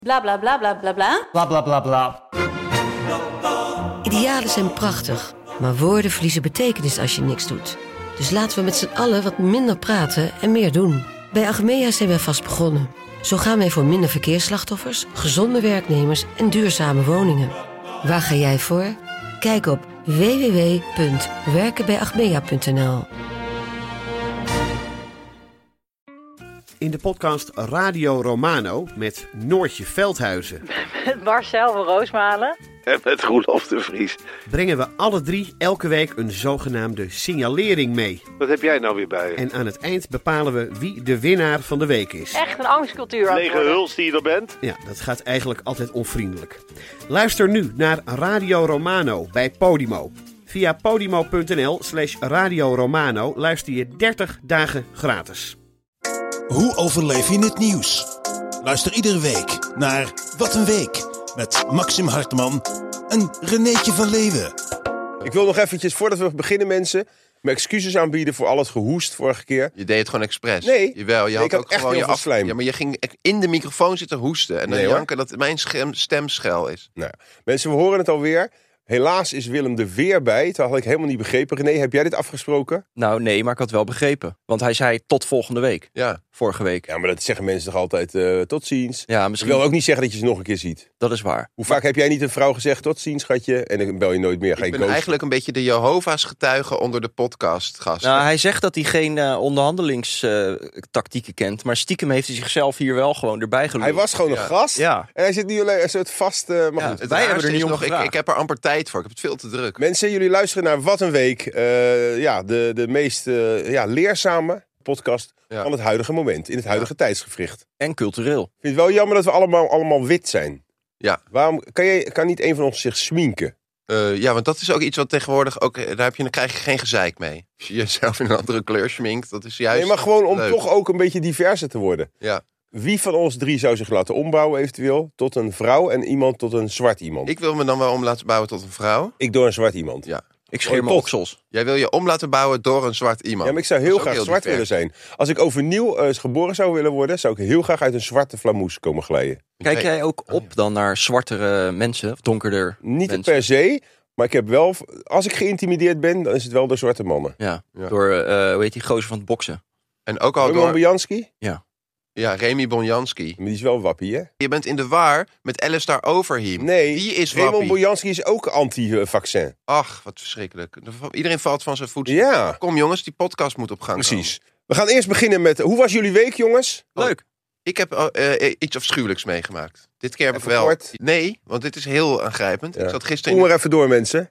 Bla bla bla bla bla bla. Bla bla bla bla. Idealen zijn prachtig, maar woorden verliezen betekenis als je niks doet. Dus laten we met z'n allen wat minder praten en meer doen. Bij Achmea zijn wij vast begonnen. Zo gaan wij voor minder verkeersslachtoffers, gezonde werknemers en duurzame woningen. Waar ga jij voor? Kijk op www.werkenbijachmea.nl. In de podcast Radio Romano met Noortje Veldhuizen Met Marcel van Roosmalen. En met Roelof de Vries. brengen we alle drie elke week een zogenaamde signalering mee. Wat heb jij nou weer bij je? En aan het eind bepalen we wie de winnaar van de week is. Echt een angstcultuur aan het Lege worden. huls die je er bent? Ja, dat gaat eigenlijk altijd onvriendelijk. Luister nu naar Radio Romano bij Podimo. Via podimo.nl/Radio Romano luister je 30 dagen gratis. Hoe overleef je het nieuws? Luister iedere week naar Wat een Week met Maxim Hartman en Renéetje van Leeuwen. Ik wil nog eventjes, voordat we beginnen mensen, mijn excuses aanbieden voor al het gehoest vorige keer. Je deed het gewoon expres. Nee. Jawel, je Ik had had ook echt gewoon heel je veel slijm. Ja, maar je ging in de microfoon zitten hoesten. En dan Nee, hoor. janken dat mijn stem schel is. Nou, mensen, we horen het alweer. Helaas is Willem er weer bij. Dat had ik helemaal niet begrepen. René, heb jij dit afgesproken? Nou, nee, maar ik had wel begrepen. Want hij zei tot volgende week. Ja. Vorige week. Ja, maar dat zeggen mensen toch altijd tot ziens? Ja, Ik misschien. wil ook niet zeggen dat je ze nog een keer ziet. Dat is waar. Hoe vaak heb jij niet een vrouw gezegd tot ziens, schatje? En dan bel je nooit meer. Ga je Ik ben ghosten? eigenlijk een beetje de Jehovah's getuige onder de podcastgasten. Nou, hij zegt dat hij geen onderhandelingstactieken kent. Maar stiekem heeft hij zichzelf hier wel gewoon erbij geloerd. Hij was gewoon een gast. Ja. En hij zit nu alleen een soort vast... maar Ja, goed. Het wij hebben raarste er niet is om nog, gevraagd. ik heb er amper tijd voor. Ik heb het veel te druk. Mensen, jullie luisteren naar Wat een Week. De meest leerzame podcast Ja. van het huidige moment. In het huidige tijdsgevricht. En cultureel. Ik vind het wel jammer dat we allemaal wit zijn. Ja. Waarom kan niet een van ons zich sminken? Ja, want dat is ook iets wat tegenwoordig ook... dan krijg je geen gezeik mee. Als je jezelf in een andere kleur schminkt, dat is juist Nee, maar gewoon om leuk. toch ook een beetje diverser te worden. Ja. Wie van ons drie zou zich laten ombouwen eventueel tot een vrouw en iemand tot een zwart iemand? Ik wil me dan wel om laten bouwen tot een vrouw. Ik door een zwart iemand. Ja. Ik scheer mijn tot. oksels. Jij wil je om laten bouwen door een zwart iemand. Ja, maar ik zou Dat heel is ook graag zwart divers. willen zijn. Als ik overnieuw geboren zou willen worden, zou ik heel graag uit een zwarte flamoes komen glijden. Kijk jij ook op dan naar zwartere mensen? Of donkerder Niet mensen? per se, maar ik heb wel... Als ik geïntimideerd ben, dan is het wel door zwarte mannen. Ja, Ja. door, hoe heet die gozer van het boksen? En ook al Roman door... Bojanski? Ja, Remy Bonjanski. Maar die is wel wappie, hè? Je bent in de war met Alistair Overeem. Nee, Die is Raymond wappie. Bojanski is ook anti-vaccin. Ach, wat verschrikkelijk. Iedereen valt van zijn voetstuk. Ja, Kom jongens, die podcast moet op gang precies. We gaan eerst beginnen met... Hoe was jullie week, jongens? Leuk. komen. Ik heb iets afschuwelijks meegemaakt. Dit keer heb ik Even wel... kort. Nee, want dit is heel aangrijpend. Ja. Ik zat gisteren Kom maar even door, mensen.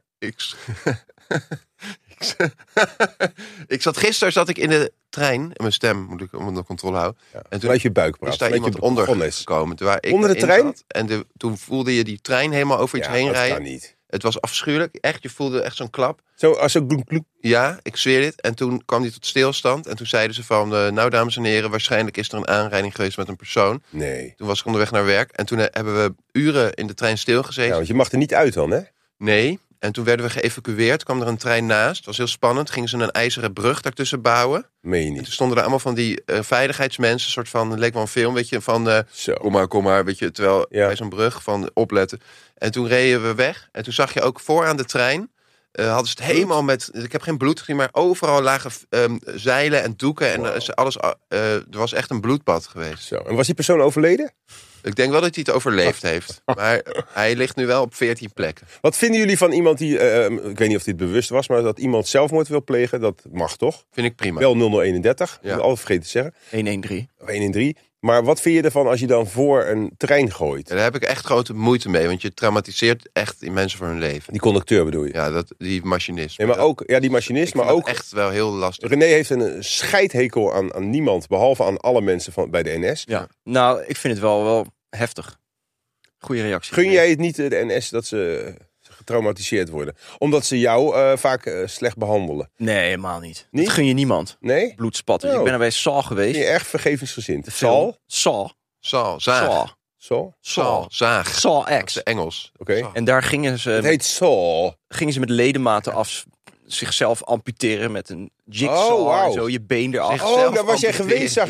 Gisteren zat ik in de trein. En mijn stem moet ik onder controle houden. Ja. En toen Vanuit je buik is praten. daar vanuit iemand je onder begonnen is. gekomen. Waar ik Onder de in trein? zat. En toen voelde je die trein helemaal over iets Ja, heen dat rijden. kan niet. Het was afschuwelijk. Echt, je voelde echt zo'n klap. Zo, als zo gloek, gloek. Ja, ik zweer dit. En toen kwam hij tot stilstand. En toen zeiden ze van, nou dames en heren, waarschijnlijk is er een aanrijding geweest met een persoon. Nee. Toen was ik onderweg naar werk. En toen hebben we uren in de trein stilgezeten. Ja, want je mag er niet uit dan, hè? Nee. En toen werden we geëvacueerd. Kwam er een trein naast. Het was heel spannend. Gingen ze een ijzeren brug daartussen bouwen. Meen je En niet. toen stonden er allemaal van die veiligheidsmensen. Een soort van, het leek wel een film, weet je, van Zo. kom maar, weet je, terwijl Ja. bij zo'n brug van opletten. En toen reden we weg. En toen zag je ook vooraan de trein, hadden ze het helemaal met, ik heb geen bloed gezien, maar overal lagen zeilen en doeken. En alles, er was echt een bloedbad geweest. Zo. En was die persoon overleden? Ik denk wel dat hij het overleefd heeft. Maar hij ligt nu wel op 14 plekken. Wat vinden jullie van iemand die, ik weet niet of dit bewust was, maar dat iemand zelfmoord wil plegen, dat mag toch? Vind ik prima. Wel 0031, Ja. ik heb altijd vergeten te zeggen. 113. Of 113. Maar wat vind je ervan als je dan voor een trein gooit? Ja, daar heb ik echt grote moeite mee. Want je traumatiseert echt die mensen voor hun leven. Die conducteur bedoel je? Ja, die machinist. Nee, maar ook, ja, die machinist, Ik maar vind dat ook... echt wel heel lastig. René heeft een scheidhekel aan niemand, behalve aan alle mensen bij de NS. Ja. Nou, ik vind het wel heftig. Goeie reactie. Gun jij het niet de NS dat ze getraumatiseerd worden? Omdat ze jou vaak slecht behandelen. Nee, helemaal niet. Niet? Dat gun je niemand. Nee? Bloedspatten. Oh. Ik ben er bij Saw Ben geweest. je erg vergevingsgezind? De film. Saw. Zaag. Zo? Zaag. Saw Dat X. is Engels. Oké. Zaag. En daar Het gingen heet Saw. ze met ledematen af zichzelf amputeren met een jigsaw Oh, wauw. en zo je been eraf. Zichzelf Oh, daar was jij amputeren. geweest, zag Ja. ik.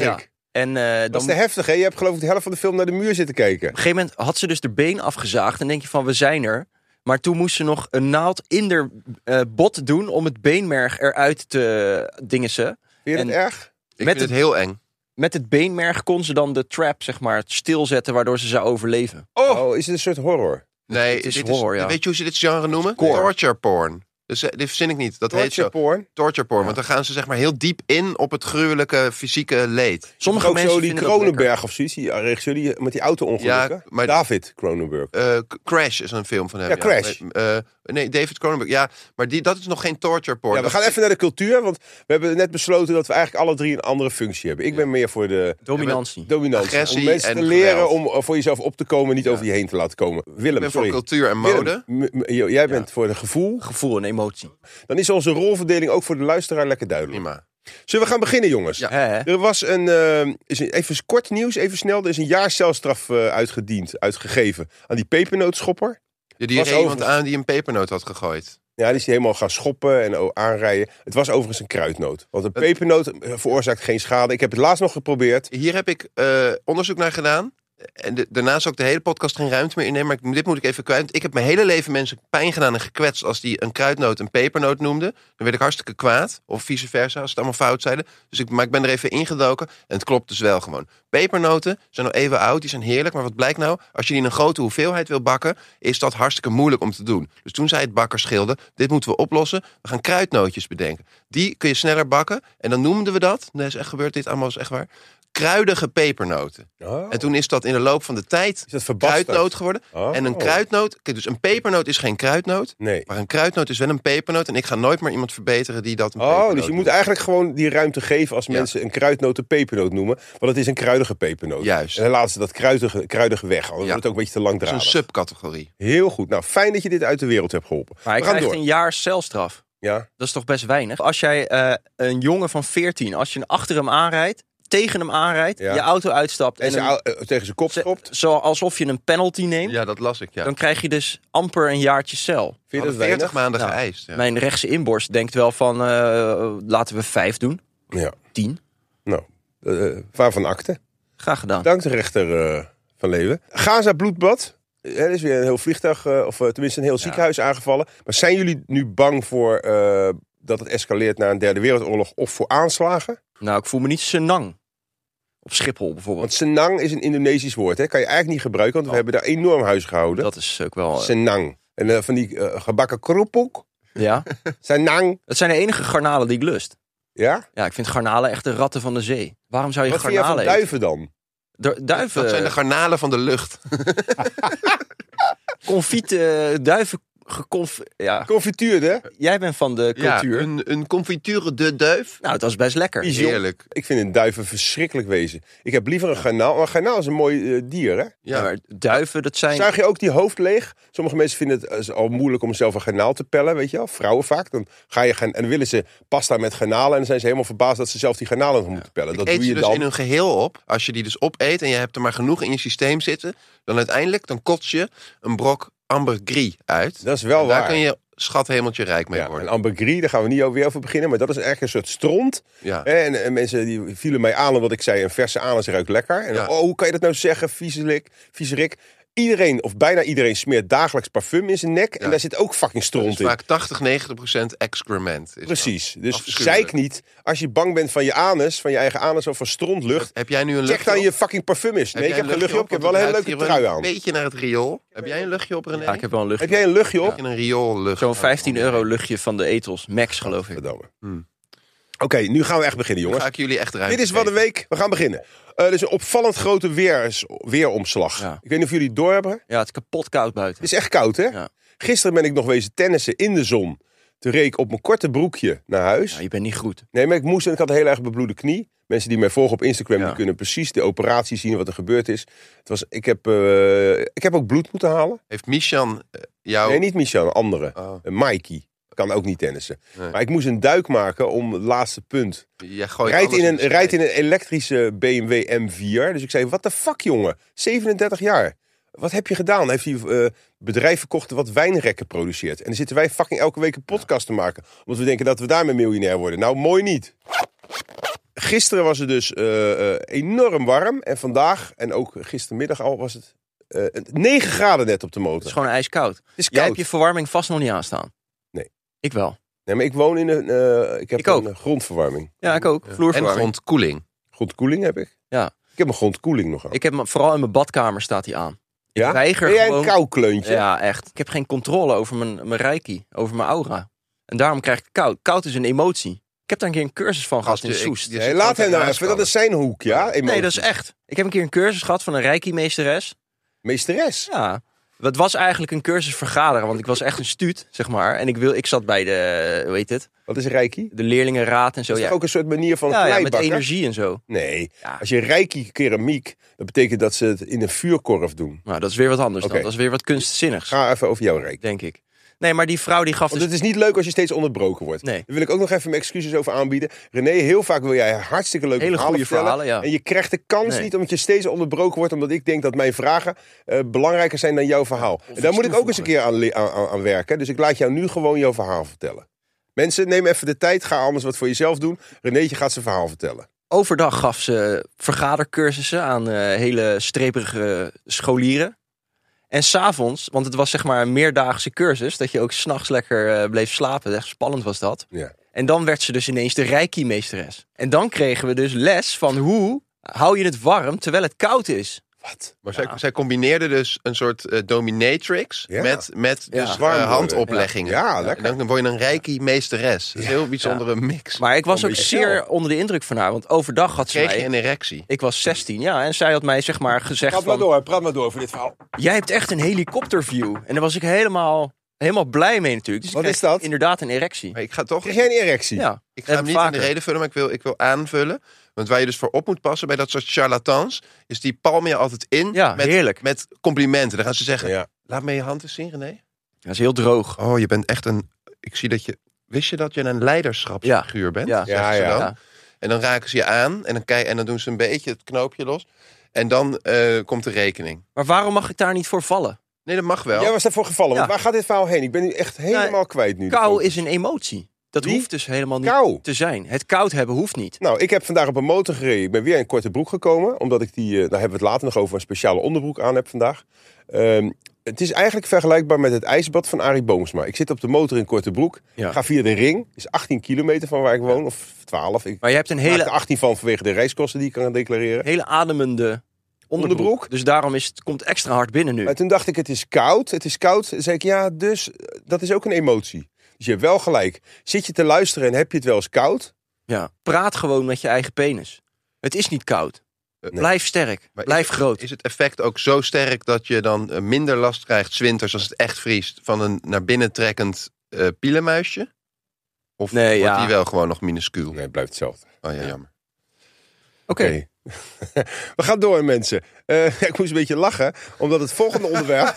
En Dat is te heftig, hè? Je hebt geloof ik de helft van de film naar de muur zitten kijken. Op een gegeven moment had ze dus de been afgezaagd. En denk je van, we zijn er. Maar toen moest ze nog een naald in haar bot doen om het beenmerg eruit te dingessen. Vind je dat erg? Ik vind het heel eng. Met het beenmerg kon ze dan de trap, zeg maar, stilzetten waardoor ze zou overleven. Oh, is het een soort horror? Nee, Het is dit horror, ja. Weet je hoe ze dit genre noemen? Gore. Torture porn. Dus dit verzin ik niet. Dat heet zo. Porn? Torture porn. Want dan gaan ze zeg maar heel diep in op het gruwelijke fysieke leed. Sommige Ook mensen zo die vinden dat lekker. Cronenberg of zoiets, die regisseur die met die auto-ongelukken. Ja, maar- David Cronenberg. Crash is een film van hem. Ja, Crash. Nee, David Cronenberg. Ja, maar dat is nog geen torture porn. Ja, we gaan even naar de cultuur, want we hebben net besloten dat we eigenlijk alle drie een andere functie hebben. Ik ben meer voor de Dominantie. dominantie. Agressie Om mensen te en leren geweld. om voor jezelf op te komen, niet over je heen te laten komen. Willem, Ik ben voor sorry. cultuur en mode. Willem, jij bent voor het gevoel. Gevoel en emotie. Dan is onze rolverdeling ook voor de luisteraar lekker duidelijk. Prima. Zullen we gaan beginnen, jongens? Ja. Hè? Er was even kort nieuws, even snel. Er is een jaar celstraf uitgegeven aan die pepernootschopper. Ja, die Was reed iemand overigens- aan die een pepernoot had gegooid. Ja, die is helemaal gaan schoppen en aanrijden. Het was overigens een kruidnoot. Want een pepernoot veroorzaakt geen schade. Ik heb het laatst nog geprobeerd. Hier heb ik onderzoek naar gedaan. En daarna zou ik de hele podcast geen ruimte meer innemen. Maar dit moet ik even kwijt. Want ik heb mijn hele leven mensen pijn gedaan en gekwetst als die een kruidnoot een pepernoot noemden. Dan werd ik hartstikke kwaad. Of vice versa, als het allemaal fout zeiden. Maar ik ben er even ingedoken. En het klopt dus wel gewoon. Pepernoten zijn nog even oud. Die zijn heerlijk. Maar wat blijkt nou? Als je die in een grote hoeveelheid wil bakken, is dat hartstikke moeilijk om te doen. Dus toen zei het bakkersgilde, dit moeten we oplossen. We gaan kruidnootjes bedenken. Die kun je sneller bakken. En dan noemden we dat. Nee, is echt gebeurd. Dit allemaal is echt waar. Kruidige pepernoten. Oh. En toen is dat in de loop van de tijd Is dat verbasterd? kruidnoot geworden. Oh. En een kruidnoot, kijk, dus een pepernoot is geen kruidnoot, Nee. maar een kruidnoot is wel een pepernoot. En ik ga nooit meer iemand verbeteren die dat een pepernoot Oh, dus je moet eigenlijk gewoon die ruimte geven als mensen een kruidnoot een pepernoot noemen. Want het is een kruidige pepernoot. Juist. En dan laten ze dat kruidige weg. Anders Ja. wordt het ook een beetje te Dat is een langdradig. subcategorie. Heel goed. Nou, fijn dat je dit uit de wereld hebt geholpen. Maar hij We gaan krijgt door. een jaar celstraf. Ja. Dat is toch best weinig. Als jij een jongen van 14, als je achter hem aanrijdt, tegen hem aanrijdt, Ja. je auto uitstapt En tegen zijn kop schopt. alsof je een penalty neemt, Ja, dat las ik, ja. dan krijg je dus amper een jaartje cel. Vind je dat 40 weinig? maanden Nou, geëist. Ja. Mijn rechtse inborst denkt wel van, laten we 5 doen. Ja. 10. Nou, waarvan akte. Graag gedaan. Dank de rechter van Leeuwen. Gaza bloedbad. Er is weer een heel vliegtuig, of tenminste een heel ziekenhuis aangevallen. Maar zijn jullie nu bang voor dat het escaleert naar een derde wereldoorlog of voor aanslagen? Nou, ik voel me niet Senang. Op Schiphol bijvoorbeeld. Want Senang is een Indonesisch woord. Hè? Kan je eigenlijk niet gebruiken, want we hebben daar enorm huis gehouden. Dat is ook wel... Senang. En van die gebakken kroephoek. ja. Senang. Het zijn de enige garnalen die ik lust. Ja? Ja, ik vind garnalen echt de ratten van de zee. Waarom zou je Wat vind jij van garnalen eten? duiven dan? Duiven... Dat zijn de garnalen van de lucht. Confiete duiven... Ja, Confituurde. jij bent van de cultuur. een confiture de duif. Nou, dat is best lekker. Heerlijk. Ik vind een duif een verschrikkelijk wezen. Ik heb liever een garnaal. Maar een garnaal is een mooi dier, hè? Ja, maar duiven, dat zijn... Zuig je ook die hoofd leeg? Sommige mensen vinden het al moeilijk om zelf een garnaal te pellen, weet je wel. Vrouwen vaak. Dan ga je en dan willen ze pasta met garnalen en dan zijn ze helemaal verbaasd dat ze zelf die garnalen nog moeten pellen. Dat Eet doe je je dus dan. in een geheel op. Als je die dus opeet en je hebt er maar genoeg in je systeem zitten, dan uiteindelijk dan kots je een brok ambergris uit. Dat is wel En daar waar. kun je schathemeltje rijk mee Ja, en worden. ambergris, daar gaan we niet weer over beginnen, maar dat is eigenlijk een soort stront. Ja. En mensen die vielen mij aan omdat ik zei een verse anus ruikt lekker. En Ja. hoe kan je dat nou zeggen, viezerik? Iedereen, of bijna iedereen, smeert dagelijks parfum in zijn nek. Ja. En daar zit ook fucking Dat stront is in. vaak 80-90% excrement. Is dat. Precies. Dus Afschuwelijk. zeik niet. Als je bang bent van je anus, van je eigen anus of van strontlucht, Heb jij nu een check luchtje dan op? je fucking parfum eens. Nee, ik jij heb een geen luchtje op. Ik heb wel een hele leuke Want het trui ruikt aan. hier een beetje naar het riool. Heb jij een luchtje op, René? Ja, ik heb wel een luchtje. Heb jij een luchtje op? Heb je een rioollucht? Zo'n 15 euro luchtje van de Ethos. Max, geloof ik. Verdomme. Oké, nu gaan we echt beginnen, Dan jongens. ga ik jullie echt ruimte Dit is Wat een geven. Week. We gaan beginnen. Er is een opvallend grote weeromslag. Ja. Ik weet niet of jullie het door hebben. Ja, het is kapot koud buiten. Het is echt koud, hè? Ja. Gisteren ben ik nog wezen tennissen in de zon. Toen reed ik op mijn korte broekje naar huis. Ja, je bent niet goed. Nee, maar ik moest en ik had een heel erg bebloede knie. Mensen die mij volgen op Instagram, Ja. die kunnen precies de operatie zien wat er gebeurd is. Ik heb ook bloed moeten halen. Heeft Mishan jou... Nee, niet Michel, een andere. Oh. Mikey. Kan ook niet tennissen. Nee. Maar ik moest een duik maken om het laatste punt. Jij gooit Rijdt alles in de een strijd. elektrische BMW M4. Dus ik zei, what the fuck, jongen? 37 jaar. Wat heb je gedaan? Heeft hij bedrijf verkocht wat wijnrekken produceert. En dan zitten wij fucking elke week een podcast te maken. Omdat we denken dat we daarmee miljonair worden. Nou, mooi niet. Gisteren was het dus enorm warm. En vandaag, en ook gistermiddag al, was het 9 graden net op de motor. Het is gewoon ijskoud. Het is Jij koud. hebt je verwarming vast nog niet aanstaan. Nee. Ik wel. Nee, maar ik woon in een... ik heb Ik ook. een grondverwarming. Ja, ik ook. En Vloerverwarming. grondkoeling. Grondkoeling heb ik. Ja. Ik heb een grondkoeling nog aan. Ik heb vooral in mijn badkamer staat die aan. Ik Ja? weiger Ben jij gewoon... een koukleuntje? Ja, echt. Ik heb geen controle over mijn reiki, over mijn aura. En daarom krijg ik het koud. Koud is een emotie. Ik heb daar een keer een cursus van gehad in Soest. Nee, laat hem nou even. Dat is zijn hoek, ja? Emoties. Nee, dat is echt. Ik heb een keer een cursus gehad van een reiki-meesteres. Meesteres? Ja. Het was eigenlijk een cursus vergaderen, want ik was echt een stuut, zeg maar. En ik zat bij de, hoe heet het? Wat is reiki? De leerlingenraad en zo. Dat is toch ook een soort manier van ja, met kleibakken? energie en zo. Nee, Ja. als je reiki keramiek, dat betekent dat ze het in een vuurkorf doen. Nou, dat is weer wat anders Oké. dan. Dat is weer wat kunstzinnigs, Ga even over jouw reiki. denk ik. Nee, maar die vrouw die gaf Want dus... het is niet leuk als je steeds onderbroken wordt. Nee. Daar wil ik ook nog even mijn excuses over aanbieden. René, heel vaak wil jij hartstikke leuke Hele verhalen goede vertellen. verhalen, ja. En je krijgt de kans Nee. niet omdat je steeds onderbroken wordt. Omdat ik denk dat mijn vragen belangrijker zijn dan jouw verhaal. En daar moet ik ook eens een keer aan werken. Dus ik laat jou nu gewoon jouw verhaal vertellen. Mensen, neem even de tijd. Ga anders wat voor jezelf doen. Renéetje gaat zijn verhaal vertellen. Overdag gaf ze vergadercursussen aan hele streperige scholieren. En 's avonds, want het was zeg maar een meerdaagse cursus, dat je ook 's nachts lekker bleef slapen. Echt spannend was dat. Ja. En dan werd ze dus ineens de reiki-meesteres. En dan kregen we dus les van hoe hou je het warm terwijl het koud is. Wat? Maar zij combineerde dus een soort dominatrix Ja. met Ja. dus Warm worden. handopleggingen. Ja, lekker. En dan word je een reiki-meesteres. Dat is een heel bijzondere mix. Maar ik was ook beetje zeer onder de indruk van haar. Want overdag had ze Kreeg je mij... een erectie? Ik was 16, ja. En zij had mij zeg maar gezegd Praat maar door voor dit verhaal. jij hebt echt een helikopterview. En daar was ik helemaal blij mee natuurlijk. Dus Wat ik is kreeg dat? inderdaad een erectie. Maar ik ga toch... Krijg jij een erectie? Ja. Ik ga hem niet in de reden vullen, maar ik wil aanvullen. Want waar je dus voor op moet passen bij dat soort charlatans, is die palm je altijd in Ja, heerlijk. met complimenten. Dan gaan ze zeggen, Ja. laat me je hand eens zien, René. Dat is heel droog. Oh, je bent echt een... Ik zie dat je... Wist je dat je een leiderschapsfiguur bent? Ja. Zeggen ze Ja, ja. dan. En dan raken ze je aan en dan doen ze een beetje het knoopje los. En dan komt de rekening. Maar waarom mag ik daar niet voor vallen? Nee, dat mag wel. Jij was daarvoor gevallen. Want Ja. waar gaat dit verhaal heen? Ik ben nu echt helemaal kwijt nu. Kou is een emotie. Dat Wie? hoeft dus helemaal niet Kou. te zijn. Het koud hebben hoeft niet. Nou, ik heb vandaag op een motor gereden. Ik ben weer in korte broek gekomen. Omdat ik daar hebben we het later nog over, een speciale onderbroek aan heb vandaag. Het is eigenlijk vergelijkbaar met het ijsbad van Arie Boomsma. Ik zit op de motor in korte broek. Ja. Ga via de ring. is 18 kilometer van waar ik woon. Of 12. Ik Maar je hebt een maak er hele 18 van vanwege de reiskosten die ik kan declareren. ademende onderbroek. Dus daarom komt extra hard binnen nu. Maar toen dacht ik, het is koud. Het is koud. Toen zei ik, ja, dus dat is ook een emotie. Dus je hebt wel gelijk. Zit je te luisteren en heb je het wel eens koud? Ja. Praat gewoon met je eigen penis. Het is niet koud. Blijf sterk. Maar Blijf groot. Is het effect ook zo sterk dat je dan minder last krijgt 's winters als het echt vriest van een naar binnen trekkend pielenmuisje? Of Nee, wordt ja. die wel gewoon nog minuscuul? Nee, het blijft hetzelfde. Oh ja, jammer. Oké. We gaan door, mensen. Ik moest een beetje lachen, omdat het volgende onderwerp...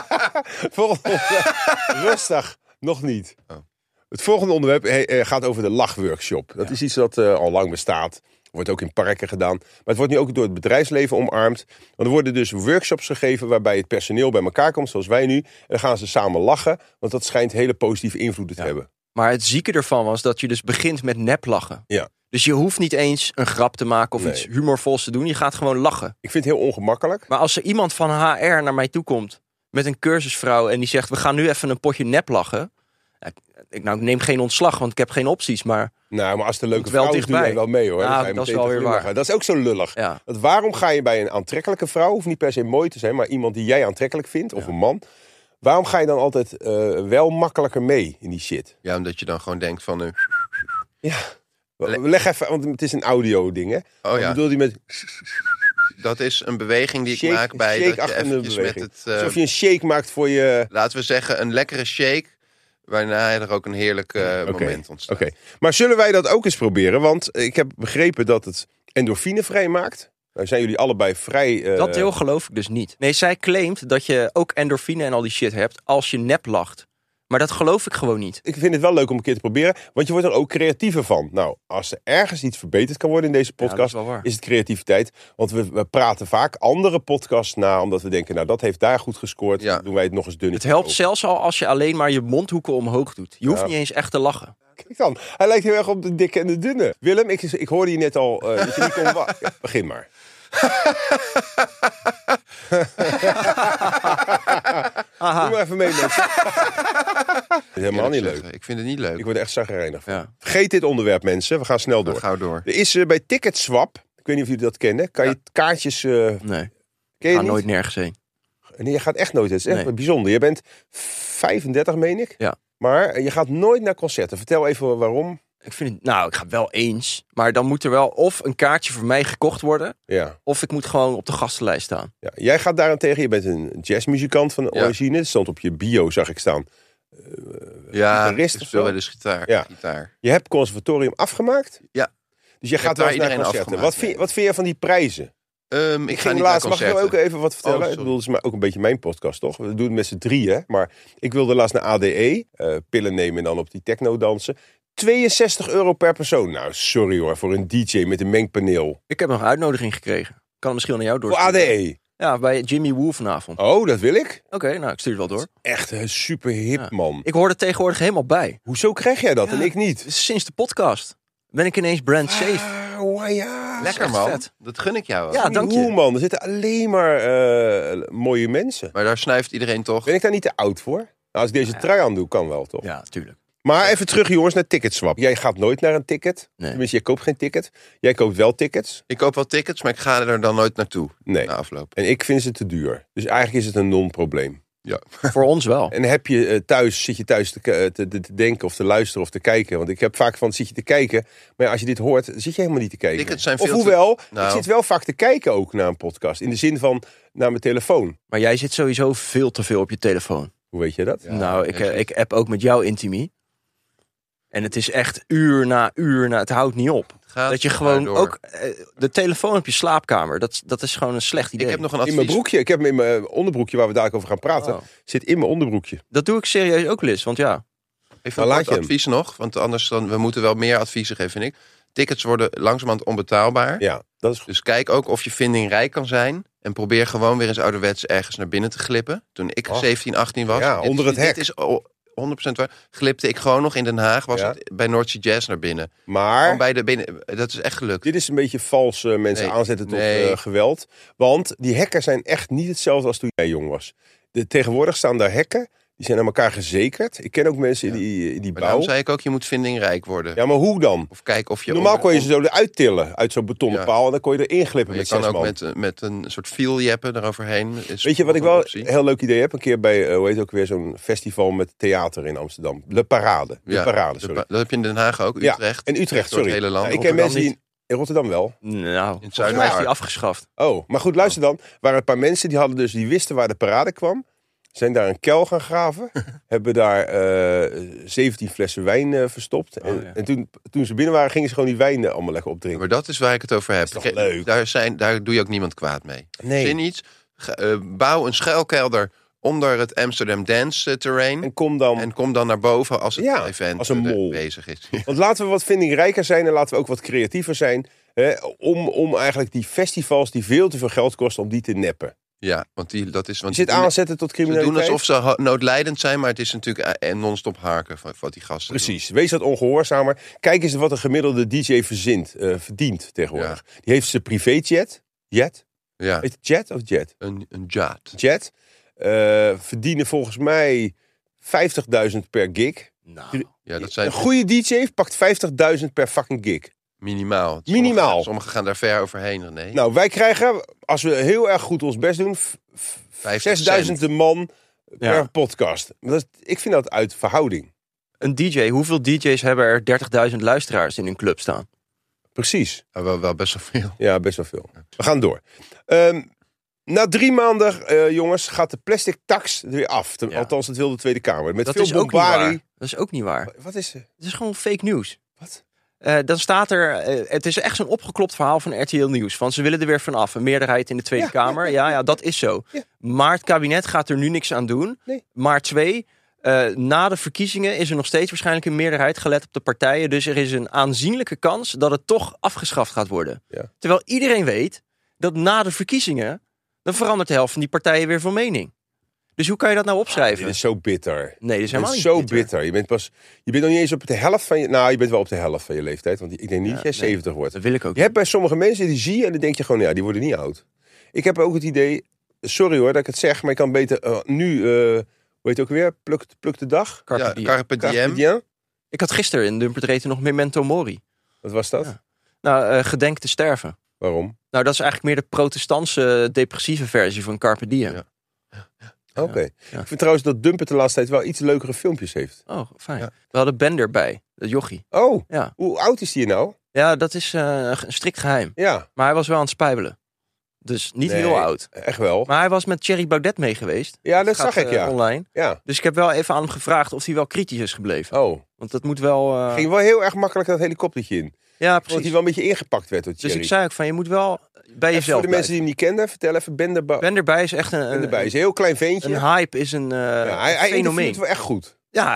Rustig, nog niet. Oh. Het volgende onderwerp gaat over de lachworkshop. Dat is iets dat al lang bestaat. Wordt ook in parken gedaan. Maar het wordt nu ook door het bedrijfsleven omarmd. Want er worden dus workshops gegeven waarbij het personeel bij elkaar komt, zoals wij nu. En dan gaan ze samen lachen, want dat schijnt hele positieve invloeden te hebben. Maar het zieke ervan was dat je dus begint met neplachen. Ja. Dus je hoeft niet eens een grap te maken of Nee. iets humorvols te doen. Je gaat gewoon lachen. Ik vind het heel ongemakkelijk. Maar als er iemand van HR naar mij toe komt met een cursusvrouw en die zegt, we gaan nu even een potje neplachen. Ik neem geen ontslag, want ik heb geen opties. Maar Nou, maar als de leuke Komt wel vrouw is, doe dichtbij. jij wel mee, hoor. Ja, Dan ga je dat is meteen wel te weer glimlachen. waar. Dat is ook zo lullig. ja. Want waarom ga je bij een aantrekkelijke vrouw, hoeft niet per se mooi te zijn, maar iemand die jij aantrekkelijk vindt, of een man, waarom ga je dan altijd wel makkelijker mee in die shit? Ja, omdat je dan gewoon denkt van... Ja. Leg even, want het is een audio ding, hè? Oh ja. Wat bedoel je met Dat is een beweging die ik shake, maak bij dat je shake-achtige eventjes met beweging? het... Alsof je een shake maakt voor je... laten we zeggen, een lekkere shake, waarna er ook een heerlijk moment ontstaat. Oké. Maar zullen wij dat ook eens proberen? Want ik heb begrepen dat het endorfine vrijmaakt. Nou zijn jullie allebei vrij... Dat deel geloof ik dus niet. Nee, zij claimt dat je ook endorfine en al die shit hebt als je nep lacht. Maar dat geloof ik gewoon niet. Ik vind het wel leuk om een keer te proberen, want je wordt er ook creatiever van. Nou, als er ergens iets verbeterd kan worden in deze Ja, dat podcast, is wel waar. is het creativiteit. Want we praten vaak andere podcasts na, omdat we denken, nou, dat heeft daar goed gescoord. Ja. Dan doen wij het nog eens Het dunnetje. helpt over. zelfs al als je alleen maar je mondhoeken omhoog doet. Je hoeft Ja. niet eens echt te lachen. Kijk dan, hij lijkt heel erg op de dikke en de dunne. Willem, ik hoorde je net al dat je niet kon wachten. Ja, begin maar. Doe maar even mee, mensen. Dat is helemaal niet leuk. Ik vind het niet leuk. Ik word er echt chagrijnig van. Ja. Vergeet dit onderwerp, mensen. We gaan snel door. Gauw door. Er is bij Ticketswap, ik weet niet of jullie dat kennen, kan je kaartjes... Nee, ken je ga niet? nooit nergens heen. Nee, je gaat echt nooit. Het is echt Nee. bijzonder. Je bent 35, meen ik. Ja. Maar je gaat nooit naar concerten. Vertel even waarom. Ik ga wel eens. Maar dan moet er wel of een kaartje voor mij gekocht worden. Ja. Of ik moet gewoon op de gastenlijst staan. Ja. Jij gaat daarentegen, je bent een jazzmuzikant van origine. Het stond op je bio, zag ik staan. Ja, gitarist ik of speel zo? wel eens gitaar. Ja. Gitaar. Je hebt conservatorium afgemaakt. Ja. Dus je gaat daar wel eens naar iedereen concerten. afgemaakt, Wat vind je van die prijzen? Ik Ik ga ging niet naar laatst, mag ik concerten. jou ook even wat vertellen? Oh, Ik sorry. bedoel, het is maar ook een beetje mijn podcast, toch? We doen het met z'n drieën. Maar ik wilde laatst naar ADE. Pillen nemen en dan op die techno dansen. €62 per persoon. Nou, sorry hoor, voor een DJ met een mengpaneel. Ik heb nog een uitnodiging gekregen. Kan het misschien aan jou Voor doorsturen. ADE. Ja, bij Jimmy Woo vanavond. Oh, dat wil ik. Oké, nou, ik stuur het wel door. Echt een super hip, Ja. man. Ik hoor er tegenwoordig helemaal bij. Hoezo krijg jij dat Ja. en ik niet? Sinds de podcast ben ik ineens brand safe. Ja. Lekker echt man. vet. Dat gun ik jou wel. Ja, dank Hoe, je. man. Er zitten alleen maar mooie mensen. Maar daar snuift iedereen toch. Ben ik daar niet te oud voor? Nou, als ik deze trui aan doe, kan wel, toch? Ja, tuurlijk. Maar even terug, jongens, naar Ticketswap. Jij gaat nooit naar een ticket. Nee. Tenminste, jij koopt geen ticket. Jij koopt wel tickets. Ik koop wel tickets, maar ik ga er dan nooit naartoe. Nee. Na afloop. En ik vind ze te duur. Dus eigenlijk is het een non-probleem. Ja. Voor ons wel. En heb je zit je thuis te denken of te luisteren of te kijken? Want ik heb vaak van, zit je te kijken. Maar ja, als je dit hoort, zit je helemaal niet te kijken. Tickets zijn Of veel hoewel, Nou. ik zit wel vaak te kijken ook naar een podcast. In de zin van, naar mijn telefoon. Maar jij zit sowieso veel te veel op je telefoon. Hoe weet je dat? Ja, nou, jezus. ik app ook met jou Intimie. En het is echt uur na uur het houdt niet op. Gaat Dat je maar gewoon door. ook de telefoon op je slaapkamer. Dat is gewoon een slecht idee. Ik heb nog een In advies. mijn broekje. Ik heb hem in mijn onderbroekje, waar we dadelijk over gaan praten. Oh. Zit in mijn onderbroekje. Dat doe ik serieus ook, Liz. Want ja, Even Maar een laat kort je hem. advies nog. Want anders dan, we moeten wel meer adviezen geven, vind ik. Tickets worden langzamerhand onbetaalbaar. Ja, dat is goed. Dus kijk ook of je vindingrijk kan zijn. En probeer gewoon weer eens ouderwets ergens naar binnen te glippen. Toen ik 17, 18 was. Ja, onder het hek. Dit is 100% waar. Glipte ik gewoon nog in Den Haag. Was Ja. het bij North Sea Jazz naar binnen. Maar Gewoon bij de binnen. Dat is echt gelukt. dit is een beetje vals mensen Nee. aanzetten tot Nee. geweld. Want die hekken zijn echt niet hetzelfde als toen jij jong was. Tegenwoordig staan daar hekken. Die zijn aan elkaar gezekerd. Ik ken ook mensen in die Maar bouw. daarom zei ik ook, je moet vindingrijk worden. Ja, maar hoe dan? Of kijk of je... Normaal kon je ze zo eruit tillen uit zo'n betonnen Ja. paal. En dan kon je erin glippen Maar je met kan 6 ook man. met een soort vieljeppen eroverheen. Weet je wat ik wel een heel leuk idee heb? Een keer bij, hoe heet het ook weer, zo'n festival met theater in Amsterdam. Le Parade. De Parade, sorry. Dat heb je in Den Haag ook, Ja, Utrecht. en Utrecht, Door het sorry. hele land. Ja, ik ken Rotterdam mensen die... In Rotterdam wel. nou, volgens mij is Zuidwaard. die afgeschaft. Oh, maar goed, luister dan. Er waren een paar mensen die wisten waar de parade kwam. Zijn daar een kuil gaan graven. Hebben daar 17 flessen wijn verstopt. ja. En toen ze binnen waren, gingen ze gewoon die wijn allemaal lekker opdrinken. Maar dat is waar ik het over heb. Dat is toch leuk? Daar doe je ook niemand kwaad mee. Nee. Zin iets. Bouw een schuilkelder onder het Amsterdam Dance terrein. En kom dan... En kom dan naar boven als het Ja, event als een mol. bezig is. Want laten we wat vindingrijker zijn en laten we ook wat creatiever zijn. Hè, om eigenlijk die festivals die veel te veel geld kosten, om die te neppen. Ja, want dat is... Je Want zit aanzetten tot ze criminaliteit. doen alsof ze noodlijdend zijn, maar het is natuurlijk non-stop harken van die gasten. Precies, wees wat ongehoorzamer. Kijk eens wat een gemiddelde DJ verdient tegenwoordig. Die heeft zijn privéjet. Jet? Ja, Heet het jet of jet? een jaat. Jet. Verdienen volgens mij 50.000 per gig. Nou, Ja, dat zijn Een goede DJ pakt 50.000 per fucking gig. minimaal. Minimaal. Sommigen gaan daar ver overheen, René. Nou, wij krijgen, als we heel erg goed ons best doen, 50 6.000 man per Ja. podcast. Ik vind dat uit verhouding. een DJ, hoeveel DJ's hebben er 30.000 luisteraars in hun club staan? Precies. Ja, wel best wel veel. Ja, best wel veel. We gaan door. Na 3 maanden, jongens, gaat de plastic tax er weer af. Ja. Althans, dat wil de Tweede Kamer. Met Dat veel is ook niet bombarie. waar. Dat is ook niet waar. Wat is er? Het is gewoon fake nieuws. Wat? Dan staat er, het is echt zo'n opgeklopt verhaal van RTL Nieuws. Van ze willen er weer vanaf. Een meerderheid in de Tweede Kamer. Ja, dat is zo. Ja. Maar het kabinet gaat er nu niks aan doen. Nee. Maar 2, na de verkiezingen is er nog steeds waarschijnlijk een meerderheid gelet op de partijen. Dus er is een aanzienlijke kans dat het toch afgeschaft gaat worden. Ja. Terwijl iedereen weet dat na de verkiezingen, dan verandert de helft van die partijen weer van mening. Dus hoe kan je dat nou opschrijven? Dit is zo bitter. Nee, dit is helemaal niet zo bitter. Je bent nog niet eens op de helft van je... Nou, je bent wel op de helft van je leeftijd. Want ik denk niet dat jij 70 wordt. Dat wil ik ook. Je hebt bij sommige mensen, die zie je en dan denk je gewoon... Ja, die worden niet oud. Ik heb ook het idee... Sorry hoor dat ik het zeg, maar ik kan beter nu... hoe heet het ook weer? Pluk de dag? Carpe diem. Ik had gisteren in Dumpert nog Memento Mori. Wat was dat? Ja. Nou, gedenk te sterven. Waarom? Nou, dat is eigenlijk meer de protestantse depressieve versie van Carpe Diem. Ja. Oké. Ja. Ik vind trouwens dat Dumpert de laatste tijd wel iets leukere filmpjes heeft. Oh, fijn. Ja. We hadden Ben erbij, dat jochie. Oh, ja. Hoe oud is die nou? Ja, dat is een strikt geheim. Ja. Maar hij was wel aan het spijbelen. Dus niet heel oud. Echt wel. Maar hij was met Thierry Baudet mee geweest. Ja, dat zag ik, ja. Online. Ja. Dus ik heb wel even aan hem gevraagd of hij wel kritisch is gebleven. Oh. Want dat moet wel... Ging wel heel erg makkelijk dat helikoptertje in. Ja, precies. Want hij wel een beetje ingepakt werd door Thierry. Dus ik zei ook van, je moet wel bij jezelf voor de mensen die hem niet kenden, vertel even. Ben erbij is echt Ben erbij is een heel klein ventje. Een hype is een hij fenomeen. Het wel echt goed. Ja,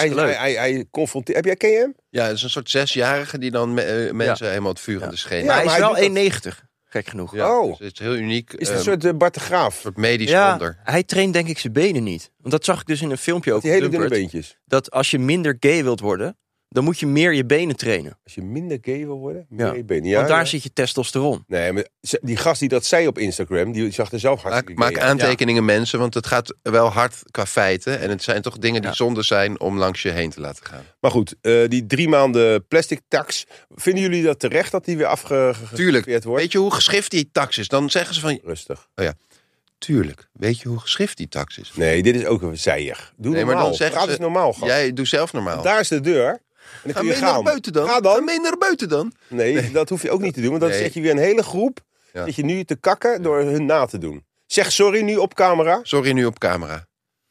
hij confronteert... Ken je hem? Ja, het is een soort 6-jarige die dan mensen helemaal het vuur aan de schenen. Ja, hij is wel 1,90. Gek genoeg. Ja, dus het is heel uniek. Is het een soort Bart de Graaf? Een soort medisch wonder. Hij traint denk ik zijn benen niet. Want dat zag ik dus in een filmpje ook. Die hele dunne beentjes. Dat als je minder gay wilt worden, dan moet je meer je benen trainen. Als je minder gay wil worden, meer je benen. Ja, want daar zit je testosteron. Nee, maar die gast die dat zei op Instagram, die zag er zelf hartstikke Maak aantekeningen mensen, want het gaat wel hard qua feiten. En het zijn toch dingen die zonde zijn om langs je heen te laten gaan. Maar goed, die 3 maanden plastic tax. Vinden jullie dat terecht dat die weer Tuurlijk. wordt? Weet je hoe geschift die tax is? Dan zeggen ze van... Rustig. Oh ja. Tuurlijk. Weet je hoe geschift die tax is? Nee, dit is ook een zijig. Doe normaal. Maar dan zeggen ze... normaal, gast. Jij doet zelf normaal. Daar is de deur. En Ga mee naar buiten dan. Ga mee naar buiten dan. Nee, dat hoef je ook niet te doen. Want dan zet je weer een hele groep. Dat je nu te kakken door hun na te doen. Zeg sorry nu op camera. Sorry nu op camera.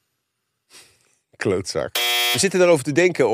Klootzak. We zitten erover te denken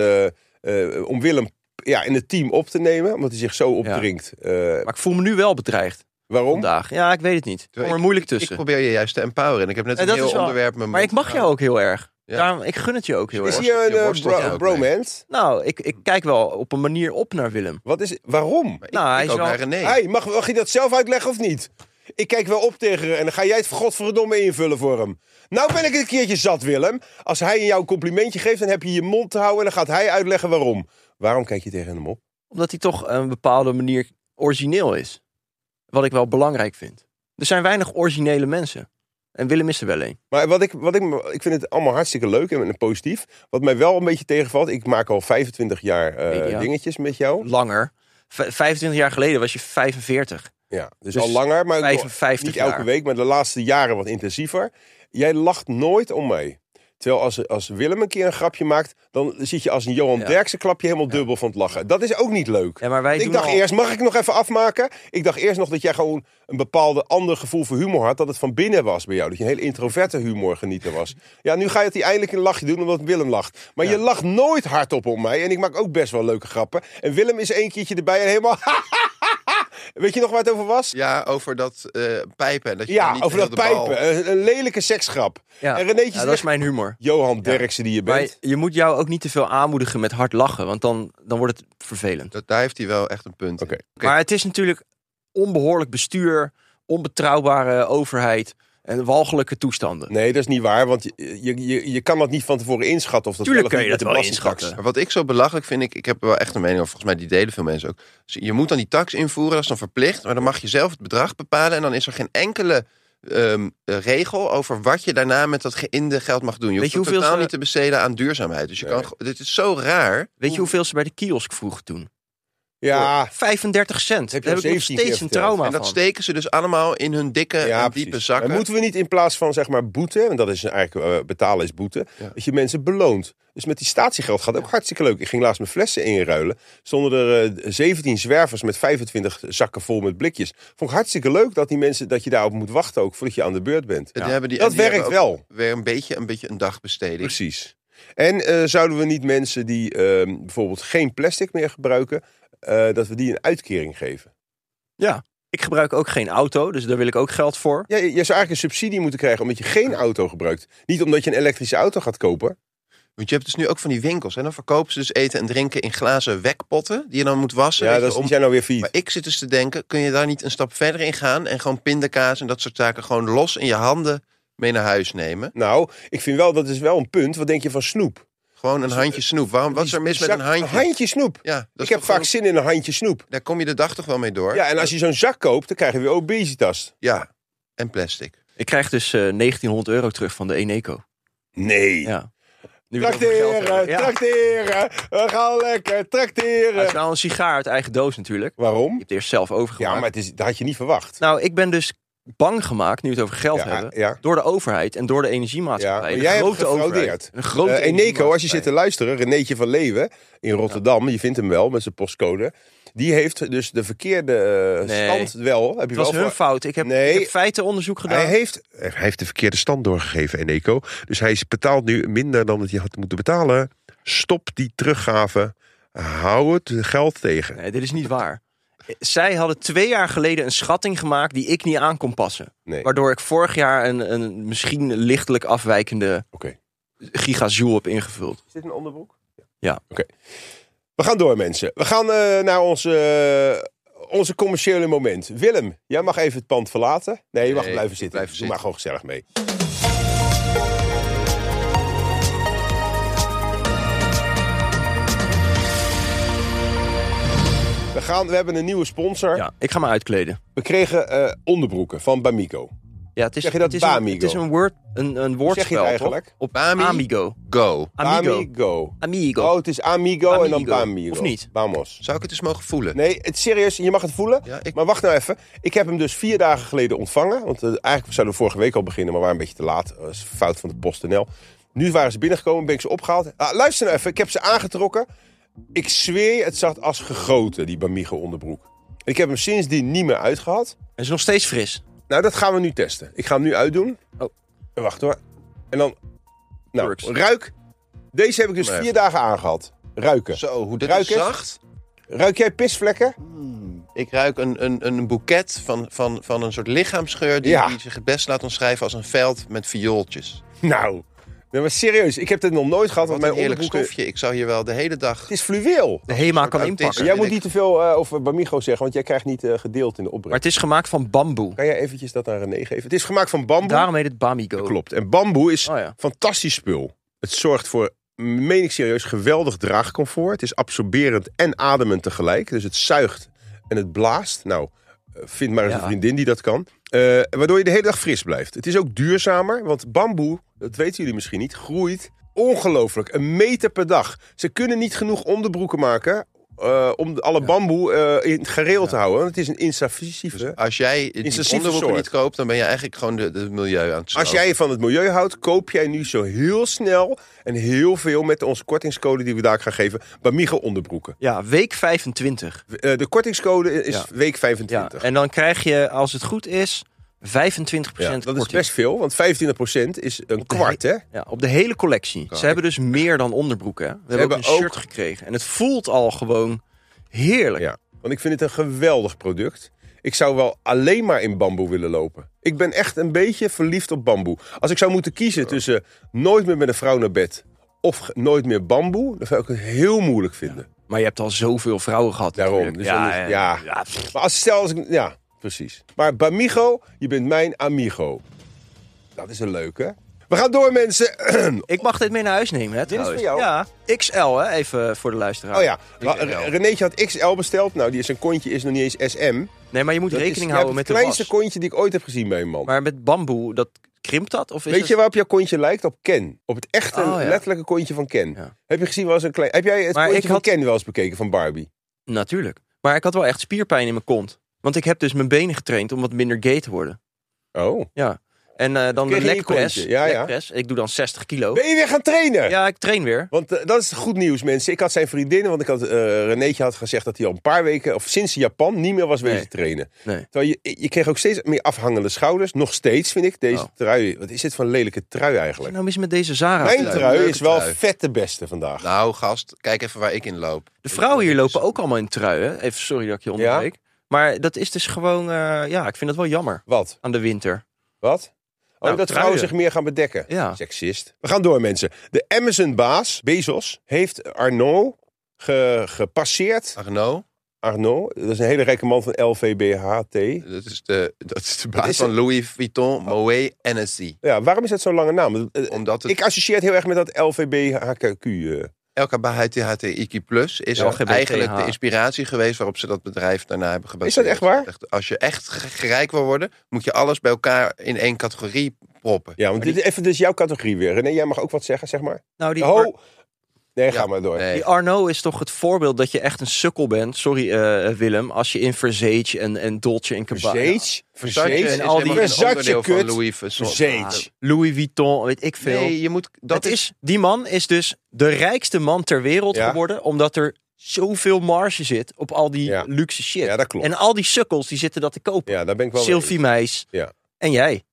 om Willem in het team op te nemen. Omdat hij zich zo opdringt. Maar ik voel me nu wel bedreigd. Waarom? Vandaag. Ja, ik weet het niet. Ik kom er moeilijk tussen. Ik probeer je juist te empoweren. En ik heb net een heel onderwerp met maar ik mag jou ook heel erg. Ja. Daarom, ik gun het je ook heel erg. Is hier een bromance? Nou, ik kijk wel op een manier op naar Willem. Waarom? Hij is ook wel... naar René. Hey, mag je dat zelf uitleggen of niet? Ik kijk wel op tegen en dan ga jij het godverdomme invullen voor hem. Nou ben ik een keertje zat, Willem. Als hij jou een complimentje geeft, dan heb je je mond te houden en dan gaat hij uitleggen waarom. Waarom kijk je tegen hem op? Omdat hij toch een bepaalde manier origineel is. Wat ik wel belangrijk vind. Er zijn weinig originele mensen. En Willem is er wel een. Maar ik vind het allemaal hartstikke leuk en positief. Wat mij wel een beetje tegenvalt, ik maak al 25 jaar dingetjes met jou. Langer. 25 jaar geleden was je 45. Ja, dus al langer, maar 55 niet elke week, maar de laatste jaren wat intensiever. Jij lacht nooit om mij. Terwijl als Willem een keer een grapje maakt, dan zit je als een Johan Derksen klapje helemaal dubbel van het lachen. Dat is ook niet leuk. Ja, maar ik dacht eerst, mag ik nog even afmaken? Ik dacht eerst nog dat jij gewoon een bepaalde ander gevoel voor humor had. Dat het van binnen was bij jou. Dat je een heel introverte humorgenieter was. Ja, nu ga je het eindelijk een lachje doen omdat Willem lacht. Maar je lacht nooit hardop om mij. En ik maak ook best wel leuke grappen. En Willem is een keertje erbij en helemaal... Weet je nog waar het over was? Ja, over dat pijpen. Dat je niet over dat pijpen. Een lelijke seksgrap. Ja, en Renéetje dat is mijn humor. Johan Derksen die je bent. Maar je moet jou ook niet te veel aanmoedigen met hard lachen. Want dan wordt het vervelend. Daar heeft hij wel echt een punt. Okay. Maar het is natuurlijk onbehoorlijk bestuur, onbetrouwbare overheid en walgelijke toestanden. Nee, dat is niet waar. Want je kan dat niet van tevoren inschatten. Of dat tuurlijk kun je dat wel inschatten. Maar wat ik zo belachelijk vind, ik heb er wel echt een mening over. Volgens mij die delen veel mensen ook. Dus je moet dan die tax invoeren, dat is dan verplicht. Maar dan mag je zelf het bedrag bepalen. En dan is er geen enkele regel over wat je daarna met dat geïnde geld mag doen. Je hoeft totaal niet te besteden aan duurzaamheid. Dus dit is zo raar. Weet je hoeveel ze bij de kiosk vroegen toen? Ja, 35 cent. Daar heb ik nog steeds een trauma van. En dat steken ze dus allemaal in hun dikke en diepe zakken. Maar moeten we niet in plaats van zeg maar boete, want dat is eigenlijk betalen is boete, dat je mensen beloont. Dus met die statiegeld gaat ook hartstikke leuk. Ik ging laatst mijn flessen inruilen. Stonden er 17 zwervers met 25 zakken vol met blikjes. Vond ik hartstikke leuk dat die mensen dat je daarop moet wachten ook voordat je aan de beurt bent. Dat werkt wel. Weer een beetje een dagbesteding. Precies. En zouden we niet mensen die bijvoorbeeld geen plastic meer gebruiken, dat we die een uitkering geven? Ja, ik gebruik ook geen auto, dus daar wil ik ook geld voor. Ja, je zou eigenlijk een subsidie moeten krijgen omdat je geen auto gebruikt. Niet omdat je een elektrische auto gaat kopen. Want je hebt dus nu ook van die winkels. En dan verkopen ze dus eten en drinken in glazen wekpotten die je dan moet wassen. Ja, die zijn nou weer vies. Maar ik zit dus te denken, kun je daar niet een stap verder in gaan en gewoon pindakaas en dat soort zaken gewoon los in je handen mee naar huis nemen? Nou, ik vind wel, dat is wel een punt. Wat denk je van snoep? Gewoon een handje snoep. Wat is er mis met een handje? Een handje snoep. Ja, Ik heb vaak zin in een handje snoep. Daar kom je de dag toch wel mee door? Ja, en als je zo'n zak koopt, dan krijg je weer obesitas. Ja, en plastic. Ik krijg dus €1900 terug van de Eneco. Nee. Ja. Nu we het over geld Trakteren, hebben. Ja. trakteren. We gaan lekker Het trakteren. is wel een sigaar uit eigen doos natuurlijk. Je Waarom? hebt het eerst zelf overgemaakt. Ja, maar dat had je niet verwacht. Nou, ik ben dus bang gemaakt, nu we het over geld Ja, hebben, ja. door de overheid en door de energiemaatschappij. Ja, Een jij hebt grote gefraudeerd. overheid. Een grote Eneco, als je energiemaatschappij. zit te luisteren, Renéetje van Leeuwen in Rotterdam, je vindt hem wel met zijn postcode. Die heeft dus de verkeerde stand wel. Heb je Het was wel hun fout. Ik heb feitenonderzoek gedaan. Hij heeft de verkeerde stand doorgegeven, Eneco. Dus hij betaalt nu minder dan dat hij had moeten betalen. Stop die teruggave. Hou het geld tegen. Nee, dit is niet waar. Zij hadden 2 jaar geleden een schatting gemaakt die ik niet aan kon passen. Nee. Waardoor ik vorig jaar een misschien lichtelijk afwijkende gigajoule heb ingevuld. Is dit een onderbroek? Ja. Oké. We gaan door, mensen. We gaan naar onze commerciële moment. Willem, jij mag even het pand verlaten. Nee, je mag blijven zitten. Doe maar gewoon gezellig mee. We hebben een nieuwe sponsor. Ja, ik ga me uitkleden. We kregen onderbroeken van Bamigo. Ja, het is, zeg je dat Bamigo? Het is een woordspel, zeg je het eigenlijk? Toch? Op Amigo. Go. Amigo. Amigo. Oh, het is Amigo en dan Bamigo. Of niet? Vamos. Zou ik het eens mogen voelen? Nee, het is serieus. Je mag het voelen. Ja, Maar wacht nou even. Ik heb hem dus 4 dagen geleden ontvangen. Want eigenlijk zouden we vorige week al beginnen, maar we waren een beetje te laat. Dat is een fout van de PostNL. Nu waren ze binnengekomen, ben ik ze opgehaald. Luister nou even, ik heb ze aangetrokken. Ik zweer je, het zat als gegoten, die Bamigo onderbroek. Ik heb hem sindsdien niet meer uitgehad. Hij is nog steeds fris. Nou, dat gaan we nu testen. Ik ga hem nu uitdoen. Oh. Wacht hoor. En dan... Nou, Works. ruik. Deze heb ik dus 4 dagen aangehad. Ruiken. Zo, hoe dit Ruik is eens. zacht. Ruik jij pisvlekken? Ik ruik een boeket van een soort lichaamsgeur die zich het best laat omschrijven als een veld met viooltjes. Nou, nee, maar serieus. Ik heb dit nog nooit gehad. Wat Want een mijn heerlijk onderbroeken... stofje. Ik zou hier wel de hele dag... Het is fluweel. De HEMA kan autisme. inpakken. Jij moet niet te veel over Bamigo zeggen, want jij krijgt niet gedeeld in de Maar opbrengst. het is gemaakt van bamboe. Kan jij eventjes dat aan René geven? Het is gemaakt van bamboe. Daarom heet het Bamigo. Klopt. En bamboe is Oh ja. fantastisch spul. Het zorgt voor, meen ik serieus, geweldig draagcomfort. Het is absorberend en ademend tegelijk. Dus het zuigt en het blaast. Nou, vind maar eens een vriendin die dat kan. Waardoor je de hele dag fris blijft. Het is ook duurzamer, want bamboe, dat weten jullie misschien niet, groeit ongelooflijk. 1 meter per dag. Ze kunnen niet genoeg onderbroeken maken om alle bamboe in het gareel te houden. Want het is een invasieve... Dus als jij die onderbroeken soort niet koopt, dan ben je eigenlijk gewoon de milieu aan het slopen. Als jij van het milieu houdt, koop jij nu zo heel snel en heel veel met onze kortingscode die we daar gaan geven. Bamigo onderbroeken. Ja, week 25. De kortingscode is week 25. Ja, en dan krijg je, als het goed is, 25% korting. Dat is best veel, want 25% is een kwart, hè? Ja, op de hele collectie. Ze hebben dus meer dan onderbroeken. Hè? We hebben ook een shirt gekregen. En het voelt al gewoon heerlijk. Ja, want ik vind het een geweldig product. Ik zou wel alleen maar in bamboe willen lopen. Ik ben echt een beetje verliefd op bamboe. Als ik zou moeten kiezen tussen nooit meer met een vrouw naar bed of nooit meer bamboe, dan zou ik het heel moeilijk vinden. Ja. Maar je hebt al zoveel vrouwen gehad. Daarom. Dus maar als ik... Ja, precies. Maar Bamigo, je bent mijn amigo. Dat is een leuke. We gaan door, mensen. Ik mag dit mee naar huis nemen, hè, Dit is trouwens. voor jou? Ja, XL, hè, even voor de luisteraar. Oh ja, Renéetje had XL besteld. Nou, zijn kontje is nog niet eens SM. Nee, maar je moet rekening houden met de het kleinste was. kontje die ik ooit heb gezien bij een man. Maar met bamboe, dat krimpt dat? Of is Weet je waarop jouw kontje lijkt? Op Ken. Op het echte, letterlijke kontje van Ken. Ja. Heb je gezien wel eens een klein... Heb jij het kontje van Ken wel eens bekeken van Barbie? Natuurlijk. Maar ik had wel echt spierpijn in mijn kont. Want ik heb dus mijn benen getraind om wat minder gay te worden. Oh. Ja. En dan de legpress. Legpress. Ik doe dan 60 kilo. Ben je weer gaan trainen? Ja, ik train weer. Want dat is goed nieuws, mensen. Ik had zijn vriendinnen, want Renéetje had gezegd dat hij al een paar weken, of sinds Japan, niet meer was bezig trainen. Nee. Terwijl je kreeg ook steeds meer afhangende schouders. Nog steeds, vind ik, deze trui. Wat is dit voor een lelijke trui eigenlijk? Nou, mis met deze Zara. Mijn trui is wel vet de beste vandaag. Nou, gast, kijk even waar ik in loop. De vrouwen hier lopen ook allemaal in truien. Even sorry dat ik je onderbreek. Ja? Maar dat is dus gewoon, ik vind het wel jammer. Wat? Aan de winter. Wat? Dat vrouwen zich meer gaan bedekken. Ja. Seksist. We gaan door, mensen. De Amazon-baas, Bezos, heeft Arnault gepasseerd. Arnault? Arnault. Dat is een hele rijke man van LVBHT. Dat is de baas van Louis Vuitton, Moet Hennessy. Ja, waarom is dat zo'n lange naam? Omdat het Ik associeer het heel erg met dat LVBHQ. LKBHTIQ+ is LGBTH. eigenlijk de inspiratie geweest waarop ze dat bedrijf daarna hebben gebaseerd. Is dat echt waar? Als je echt rijk wil worden, moet je alles bij elkaar in één categorie proppen. Ja, want dit is even dus jouw categorie weer. René, jij mag ook wat zeggen, zeg maar. Nou, Nee, ga maar door. Nee. die Arnault is toch het voorbeeld dat je echt een sukkel bent. Sorry Willem, als je in Versace en Dolce & Gabbana... Versace is en al die helemaal geen onderdeel van kut. Louis Vuitton. Versace. Louis Vuitton, weet ik veel. Nee, je moet... Die man is dus de rijkste man ter wereld geworden, omdat er zoveel marge zit op al die luxe shit. Ja, dat klopt. En al die sukkels die zitten dat te kopen. Ja, daar ben ik wel Sylvie Meis. Ja. En jij.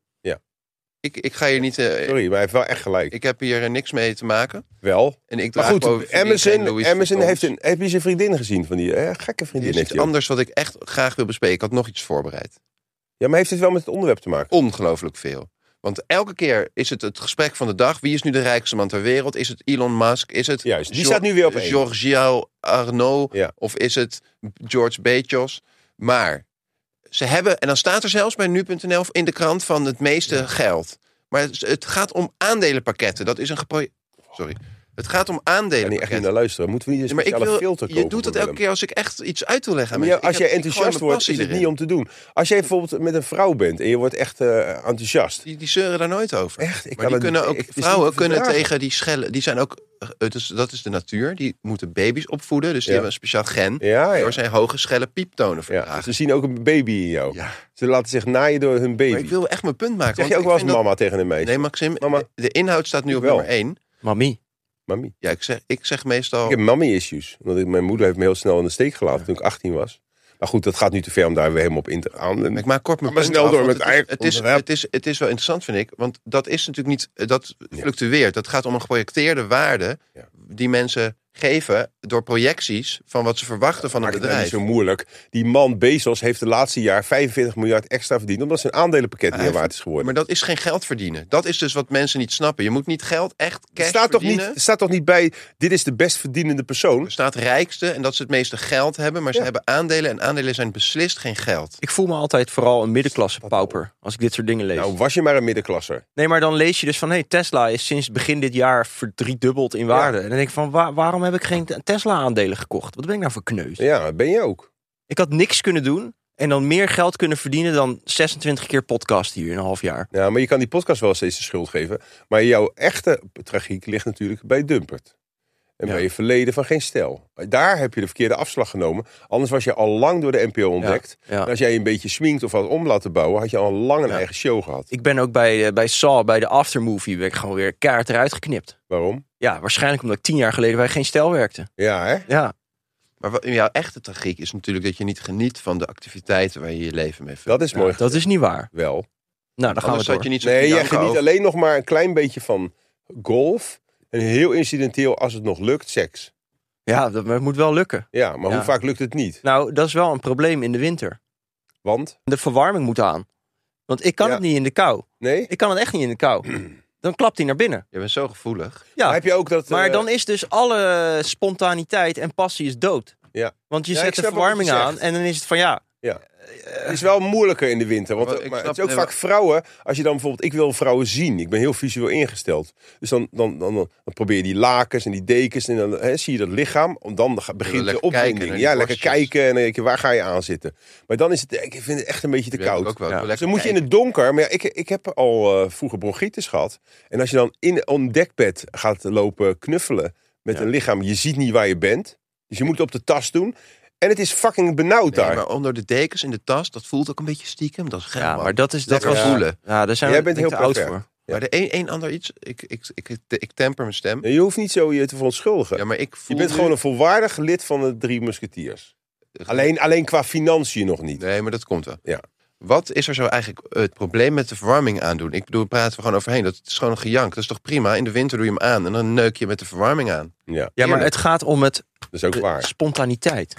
Ik ga hier niet... Sorry, maar hij heeft wel echt gelijk. Ik heb hier niks mee te maken. Wel. En ik Maar draag goed, bovendien geen Louis Amazon Vuittons. heb je zijn vriendin gezien? Van die gekke Er vriendin is heeft iets hij ook. anders wat ik echt graag wil bespreken. Ik had nog iets voorbereid. Ja, maar heeft het wel met het onderwerp te maken? Ongelooflijk veel. Want elke keer is het gesprek van de dag. Wie is nu de rijkste man ter wereld? Is het Elon Musk? Is het Juist, die staat nu weer op 1. Giorgio Arnault? Ja. Of is het George Bezos? Maar ze hebben, en dan staat er zelfs bij nu.nl in de krant van het meeste geld. Maar het gaat om aandelenpakketten. Dat is een Sorry. Het gaat om Ik kan niet echt niet aandelenpakketten. naar luisteren. Moeten we niet een Maar speciale filter kopen? je doet het voor elke Willem? keer als ik echt iets uit wil leggen. aan Maar mensen. als Ik jij heb gewoon enthousiast mijn wordt, is passie het erin. niet om te doen. Als jij bijvoorbeeld met een vrouw bent en je wordt echt enthousiast. Die zeuren daar nooit over. Echt? Maar die kunnen ook, het is niet vrouwen te kunnen verdragen. tegen die schellen. Die zijn ook. Dat is de natuur. Die moeten baby's opvoeden. Dus die Ja. hebben een speciaal gen. Ja. Door zijn hoge schelle pieptonen Ja, verdragen. ze zien ook een baby in jou. Ja. Ze laten zich naaien door hun baby. Maar ik wil echt mijn punt maken. Zeg je want ook wel ik eens vind mama tegen een dat- meisje? Nee, Maxim. Mama. De inhoud staat nu op Wel. nummer 1. Mami. Mami. Ja, ik zeg meestal. Ik heb mommy issues. Want mijn moeder heeft me heel snel in de steek gelaten toen ik 18 was. Maar goed, dat gaat nu te ver om daar weer helemaal op in te gaan. Ik maak kort mijn Maar punt snel af, door want met eigen onderwerp. het is wel interessant, vind ik. Want dat is natuurlijk niet. Dat fluctueert. Dat gaat om een geprojecteerde waarde. Ja. Die mensen geven door projecties van wat ze verwachten van een Maak het nou niet bedrijf. zo moeilijk. Die man Bezos heeft de laatste jaar 45 miljard extra verdiend. Omdat zijn aandelenpakket meer waard is geworden. Maar dat is geen geld verdienen. Dat is dus wat mensen niet snappen. Je moet niet geld echt cash Er staat verdienen. toch niet bij, dit is de best verdienende persoon. Er staat rijkste en dat ze het meeste geld hebben. Maar ze hebben aandelen en aandelen zijn beslist geen geld. Ik voel me altijd vooral een middenklasse pauper als ik dit soort dingen lees. Nou, was je maar een middenklasser. Nee, maar dan lees je dus van, Tesla is sinds begin dit jaar verdriedubbeld in waarde. En dan denk ik van, waarom heb ik geen Tesla-aandelen gekocht? Wat ben ik nou voor kneus? Ja, ben je ook. Ik had niks kunnen doen en dan meer geld kunnen verdienen dan 26 keer podcast hier in een half jaar. Ja, maar je kan die podcast wel steeds de schuld geven. Maar jouw echte tragiek ligt natuurlijk bij Dumpert. En bij je verleden van Geen Stijl. Daar heb je de verkeerde afslag genomen. Anders was je al lang door de NPO ontdekt. Ja. En als jij een beetje sminkt of wat om laten bouwen, had je al lang een eigen show gehad. Ik ben ook bij Saw, bij de aftermovie, ben ik gewoon weer kaart eruit geknipt. Waarom? Ja, waarschijnlijk omdat ik 10 jaar geleden bij Geen Stijl werkte. Ja, hè? Ja. Maar jouw echte tragiek is natuurlijk dat je niet geniet van de activiteiten waar je je leven mee vult. Dat is mooi. Dat is niet waar. Wel. Nou, dan gaan we Anders door. had je niet zo Nee, jij janken geniet over- alleen nog maar een klein beetje van golf. En heel incidenteel, als het nog lukt, seks. Ja, dat moet wel lukken. Ja, maar Ja. hoe vaak lukt het niet? Nou, dat is wel een probleem in de winter. Want? De verwarming moet aan. Want ik kan Ja. het niet in de kou. Nee? Ik kan het echt niet in de kou. Dan klapt hij naar binnen. Je bent zo gevoelig. Ja, Maar heb je ook dat... maar dan is dus alle spontaniteit en passie is dood. Ja. Want je Ja, ik zet de snap wat je verwarming aan zegt. en dan is het van ja. Het is wel moeilijker in de winter. Want Maar ik maar snap- het is ook nee, vaak vrouwen. Als je dan bijvoorbeeld... Ik wil vrouwen zien. Ik ben heel visueel ingesteld. Dus dan probeer je die lakens en die dekens. En dan zie je dat lichaam. En dan begint de lekker opwinding. kijken naar Ja, die lekker borstjes. kijken. En dan denk je, waar ga je aan zitten? Maar dan is het... Ik vind het echt een beetje te Ja, koud. ik ook wel. Ja. Ik wil Dus lekker dan moet je in kijken. het donker... Maar ja, ik heb al vroeger bronchitis gehad. En als je dan in een dekbed gaat lopen knuffelen met een lichaam... Je ziet niet waar je bent. Dus je moet het op de tas doen. En het is fucking benauwd Nee, daar. maar onder de dekens in de tas, dat voelt ook een beetje stiekem. Dat is geil, Ja, man. maar dat is Lekker was voelen. Ja, daar zijn Jij we bent denk ik heel te oud pervert. voor. Ja. Maar de een ander iets, ik temper mijn stem. Je hoeft niet zo je te verontschuldigen. Ja, maar ik Je voel bent nu- gewoon een volwaardig lid van de Drie Musketiers. Alleen qua financiën nog niet. Nee, maar dat komt wel. Ja. Wat is er zo eigenlijk het probleem met de verwarming aandoen? Ik bedoel, praten we gewoon overheen. Dat is gewoon een gejank. Dat is toch prima? In de winter doe je hem aan en dan neuk je met de verwarming aan. Ja, Ja, maar het gaat om het dat is ook waar. spontaniteit.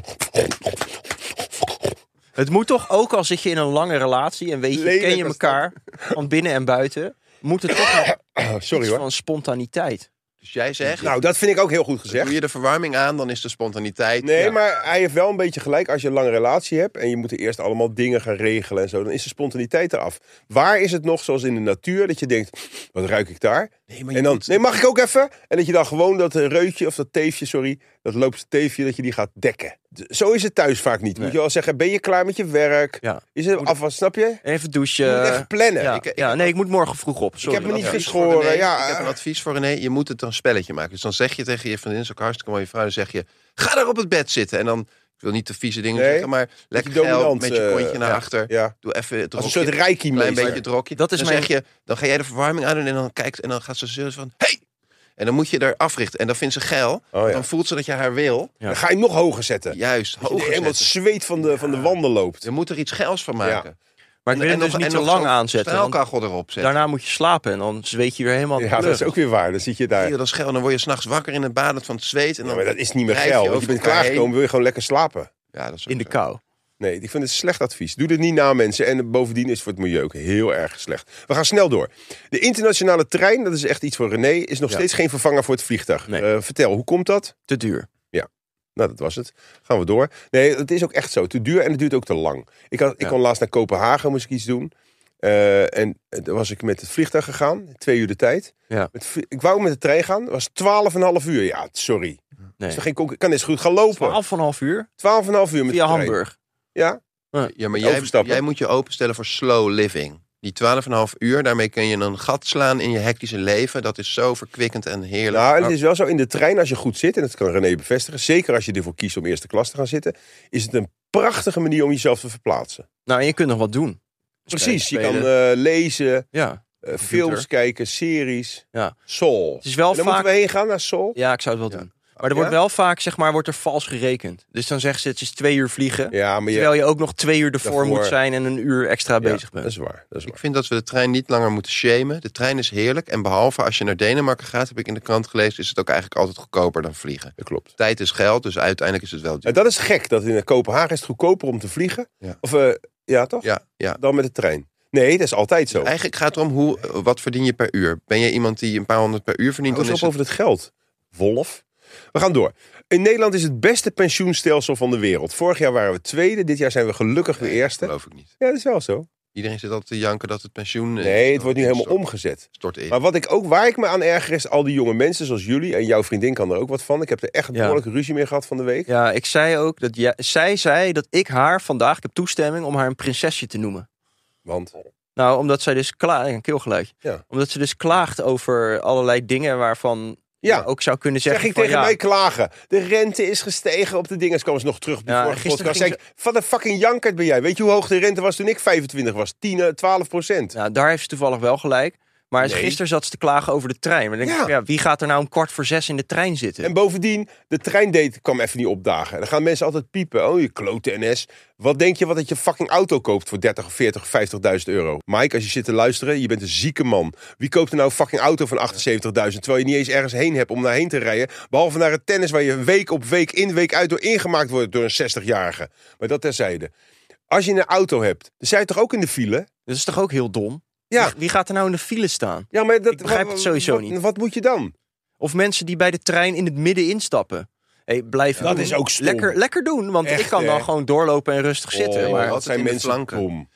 Het moet toch, ook al zit je in een lange relatie en weet je, Lelijk ken je als elkaar van binnen en buiten, moet het toch nog Sorry iets hoor. van spontaniteit. Dus jij zegt, Nou, dat vind ik ook heel goed gezegd. doe je de verwarming aan, dan is de spontaniteit. Nee, maar hij heeft wel een beetje gelijk. Als je een lange relatie hebt en je moet er eerst allemaal dingen gaan regelen en zo, dan is de spontaniteit eraf. Waar is het nog zoals in de natuur dat je denkt, wat ruik ik daar? En dan, mag ik ook even? En dat je dan gewoon dat reutje of dat teefje, dat loopste teefje, dat je die gaat dekken. Zo is het thuis vaak niet. Moet je wel zeggen, ben je klaar met je werk? Ja. Is het afwas, snap je? Even douchen. Je moet even plannen. Ja, ik moet morgen vroeg op. Sorry. Ik heb me niet Advies geschoren. voor René. Ja, Ik heb een advies voor René. Je moet het een spelletje maken. Dus dan zeg je tegen je vriendin, is ook hartstikke mooie vrouw, dan zeg je, ga daar op het bed zitten. En dan, ik wil niet te vieze dingen zeggen, maar lekker geil, met je kontje naar achter. Ja. Doe even het als een soort reiki, een klein beetje het rokje. Dat is dan mijn... zeg je, dan ga jij de verwarming aan doen en dan kijkt en dan gaat ze zo van, hey! En dan moet je er africhten. En dan vindt ze geil. Dan voelt ze dat je haar wil. Dan ga je nog hoger zetten. Juist, dat hoger je helemaal het zweet van de wanden loopt. Je moet er iets geils van maken. Maar ik wil het dus niet te lang aanzetten. Straalkachel erop zetten. Daarna moet je slapen en dan zweet je weer helemaal. Ja, dat is ook weer waar. Dan zit je daar. Dat is geil. Dan word je 's nachts wakker in het baden van het zweet. En dan maar dat is niet meer drijf geil. Want je over bent elkaar klaargekomen, heen. wil je gewoon lekker slapen. Ja, dat is In de zo. kou. Nee, ik vind het slecht advies. Doe dit niet na, mensen. En bovendien is het voor het milieu ook heel erg slecht. We gaan snel door. De internationale trein, dat is echt iets voor René, is nog steeds geen vervanger voor het vliegtuig. Nee. Vertel, hoe komt dat? Te duur. Nou, dat was het. Gaan we door. Nee, het is ook echt zo. Te duur en het duurt ook te lang. Ik kon laatst naar Kopenhagen, moest ik iets doen. En dan was ik met het vliegtuig gegaan. 2 uur de tijd. Ja. Ik wou met de trein gaan. Dat was 12,5 uur. Ja, sorry. Nee. Dus ik kan eens goed gaan lopen. 12,5 uur? 12,5 uur met Via de trein. Hamburg. Ja. Ja, maar Overstappen. jij moet je openstellen voor slow living. Die 12,5 uur, daarmee kun je een gat slaan in je hectische leven. Dat is zo verkwikkend en heerlijk. Nou, het is wel zo in de trein als je goed zit, en dat kan René bevestigen, zeker als je ervoor kiest om eerste klas te gaan zitten, is het een prachtige manier om jezelf te verplaatsen. Nou, en je kunt nog wat doen. Precies, je Spelen. kan lezen, Ja. films kijken, series. Ja. Seoul. Het is wel En dan vaak... moeten we heen gaan naar Seoul. Ja, ik zou het wel doen. Maar er wordt wel vaak, zeg maar, wordt er vals gerekend. Dus dan zeggen ze, het is 2 uur vliegen. Ja, maar Terwijl je ook nog 2 uur ervoor daarvoor moet zijn en 1 uur extra bezig bent. Dat is waar. Ik vind dat we de trein niet langer moeten shamen. De trein is heerlijk. En behalve als je naar Denemarken gaat, heb ik in de krant gelezen, is het ook eigenlijk altijd goedkoper dan vliegen. Dat klopt. Tijd is geld, dus uiteindelijk is het wel duur. En dat is gek, dat in Kopenhagen is het goedkoper om te vliegen. Ja. Of, ja toch? Ja. Dan met de trein. Nee, dat is altijd zo. Eigenlijk gaat het om wat verdien je per uur. Ben je iemand die een paar honderd per uur verdient? Hou Dan eens is op over het geld, Wolf. We gaan door. In Nederland is het beste pensioenstelsel van de wereld. Vorig jaar waren we tweede, dit jaar zijn we gelukkig weer eerste. geloof ik niet. Ja, dat is wel zo. Iedereen zit altijd te janken dat het pensioen... Nee, het wordt nu helemaal omgezet. Stort in. Maar waar ik me aan erger is, al die jonge mensen zoals jullie, en jouw vriendin kan er ook wat van. Ik heb er echt een behoorlijke ruzie mee gehad van de week. Ja, ik zei ook dat zij zei dat ik haar vandaag, ik heb toestemming om haar een prinsesje te noemen. Want? Nou, omdat zij dus een keelgeluid. Ja. Omdat ze dus klaagt over allerlei dingen waarvan je ook zou kunnen zeggen. Zeg ik van, tegen mij klagen. De rente is gestegen op de dingen. Ze komen ze nog terug op de vorige podcast. Zeg ik, van de fucking jankert ben jij. Weet je hoe hoog de rente was toen ik 25 was? 10-12%. Nou, daar heeft ze toevallig wel gelijk. Maar gisteren zat ze te klagen over de trein. Maar dan denk ik, wie gaat er nou om 5:45 in de trein zitten? En bovendien, de treindate kwam even niet opdagen. Dan gaan mensen altijd piepen. Oh, je klote NS. Wat denk je wat dat je fucking auto koopt voor 30, 40, 50.000 euro? Mike, als je zit te luisteren, je bent een zieke man. Wie koopt er nou een fucking auto van 78.000... terwijl je niet eens ergens heen hebt om daarheen te rijden? Behalve naar het tennis waar je week op week in, week uit door ingemaakt wordt door een 60-jarige. Maar dat terzijde. Als je een auto hebt, dan sta je toch ook in de file? Dat is toch ook heel dom? Ja. Wie gaat er nou in de file staan? Ja, maar dat, ik begrijp het sowieso niet. Wat moet je dan? Of mensen die bij de trein in het midden instappen. Hey, blijf dat doen. is ook stom. Lekker doen, want echt, ik kan dan gewoon doorlopen en rustig zitten. Maar dat zijn mensen dom.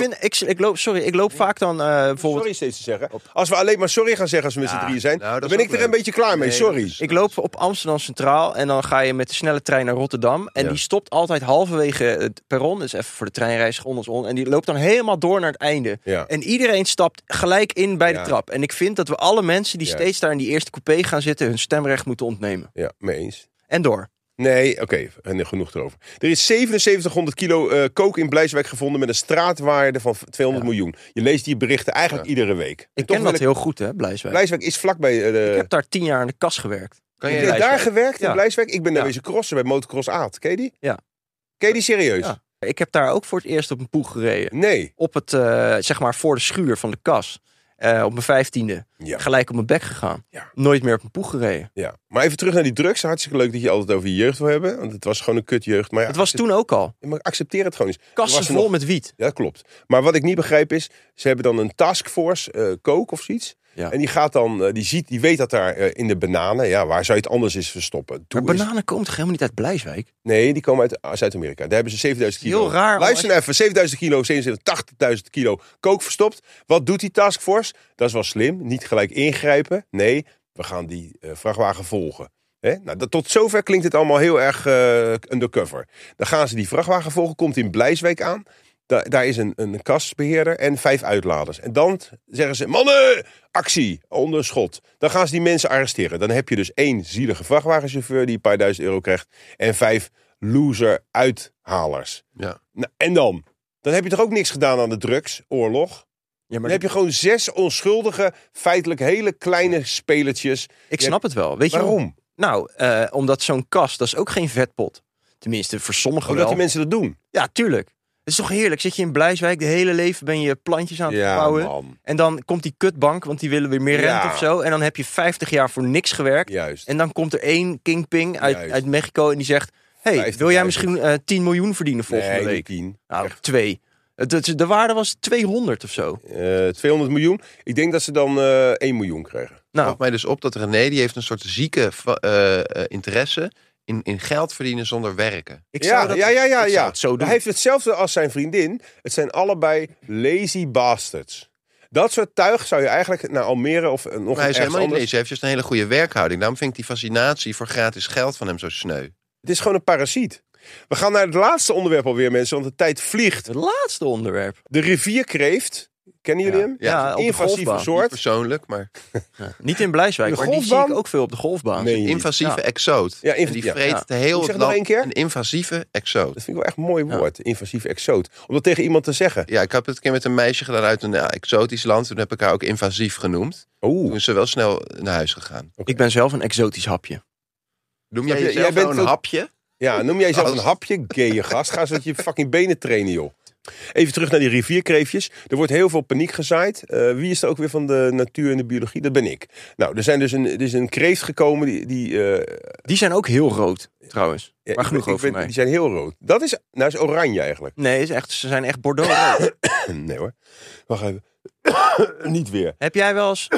Ik loop vaak dan bijvoorbeeld... Sorry steeds te zeggen. Als we alleen maar sorry gaan zeggen als we met z'n drieën zijn, dan ben ik er een beetje klaar mee. Sorry. Ik loop op Amsterdam Centraal en dan ga je met de snelle trein naar Rotterdam. En die stopt altijd halverwege het perron. Dus even voor de treinreiziger onder ons. En die loopt dan helemaal door naar het einde. Ja. En iedereen stapt gelijk in bij de trap. En ik vind dat we alle mensen die steeds daar in die eerste coupé gaan zitten, hun stemrecht moeten ontnemen. Ja, mee eens. En door. Nee, oké, genoeg erover. Er is 7700 kilo coke in Blijswijk gevonden met een straatwaarde van 200 miljoen. Je leest die berichten eigenlijk iedere week. Ik ken dat heel goed, hè, Blijswijk. Blijswijk is vlakbij... Ik heb daar 10 jaar aan de kas gewerkt. Heb je daar gewerkt in Blijswijk? Ik ben daar wezen crossen bij Motocross Aad. Ken je die? Ja. Ken je die serieus? Ja. Ik heb daar ook voor het eerst op een poeg gereden. Nee. Op het, zeg maar, voor de schuur van de kas. Op mijn 15e. Ja. Gelijk op mijn bek gegaan. Ja. Nooit meer op een poeg gereden. Ja. Maar even terug naar die drugs. Hartstikke leuk dat je altijd over je jeugd wil hebben. Want het was gewoon een kutjeugd. Maar het was toen ook al. Maar accepteer het gewoon eens. Kassen vol met wiet. Ja, dat klopt. Maar wat ik niet begrijp is, ze hebben dan een taskforce, coke of zoiets. Ja. En die gaat dan, die weet dat daar in de bananen, waar zou je het anders eens verstoppen? Maar bananen komen toch helemaal niet uit Blijswijk? Nee, die komen uit Zuid-Amerika. Daar hebben ze 7000 kilo. Heel raar. Luister nou even, 7000 kilo, 80.000 kilo kook verstopt. Wat doet die taskforce? Dat is wel slim. Niet gelijk ingrijpen. Nee, we gaan die vrachtwagen volgen. Nou, tot zover klinkt het allemaal heel erg undercover. Dan gaan ze die vrachtwagen volgen, komt in Blijswijk aan. Daar is een kastbeheerder en 5 uitladers. En dan zeggen ze, mannen, actie, onder schot. Dan gaan ze die mensen arresteren. Dan heb je dus 1 zielige vrachtwagenchauffeur die een paar duizend euro krijgt. En 5 loser uithalers. Ja. Nou, en dan heb je toch ook niks gedaan aan de drugsoorlog? Ja, Dan heb je gewoon 6 onschuldige, feitelijk hele kleine spelertjes. Ik snap het wel. Weet je waarom? Nou, omdat zo'n kast, dat is ook geen vetpot. Tenminste, voor sommigen wel. Omdat die mensen dat doen. Ja, tuurlijk. Het is toch heerlijk. Zit je in Blijswijk, de hele leven ben je plantjes aan het verbouwen. Man. En dan komt die kutbank, want die willen weer meer rente of zo. En dan heb je 50 jaar voor niks gewerkt. Juist. En dan komt er 1 kingping uit Mexico en die zegt... Hey, wil jij misschien 10 miljoen verdienen volgende week? 10. Nou, 2. De waarde was 200 of zo. 200 miljoen. Ik denk dat ze dan 1 miljoen krijgen. Nou, valt mij dus op dat René, die heeft een soort zieke interesse in geld verdienen zonder werken. ik zou het zo doen. Hij heeft hetzelfde als zijn vriendin. Het zijn allebei lazy bastards. Dat soort tuig zou je eigenlijk naar Almere of nog Maar hij is ergens helemaal niet anders... lezen. Hij heeft dus een hele goede werkhouding. Daarom vind ik die fascinatie voor gratis geld van hem zo sneu. Het is gewoon een parasiet. We gaan naar het laatste onderwerp alweer, mensen, want de tijd vliegt. Het laatste onderwerp. De rivierkreeft. Kennen jullie hem? Ja, op de invasieve golfbaan. soort. Niet persoonlijk, maar Niet in Blijswijk, De maar die zie golfbaan? ik ook veel op de golfbaan. Nee. invasieve Ja. exoot. Ja, En die vreet ja. het heel Zeg het nog land. één keer. Een invasieve exoot. Dat vind ik wel echt een mooi woord. Invasieve exoot. Om dat tegen iemand te zeggen. Ja, ik heb het een keer met een meisje gedaan uit een exotisch land. Toen heb ik haar ook invasief genoemd. Oeh. Toen is ze wel snel naar huis gegaan. Ik ben zelf een exotisch hapje. Noem Snap jij je? jezelf Jij bent nou een ook- hapje? Ja, noem jij jezelf Als- een hapje, gaye gast? Ga eens met je fucking benen trainen, joh. Even terug naar die rivierkreefjes. Er wordt heel veel paniek gezaaid. Wie is er ook weer van de natuur en de biologie? Dat ben ik. Nou, er is een kreeft gekomen Die zijn ook heel rood, trouwens. ja, Maar genoeg over mij. Die zijn heel rood. Dat is oranje eigenlijk. Nee, ze zijn echt bordeaux. Nee hoor. Wacht even. Niet weer. Heb jij wel eens...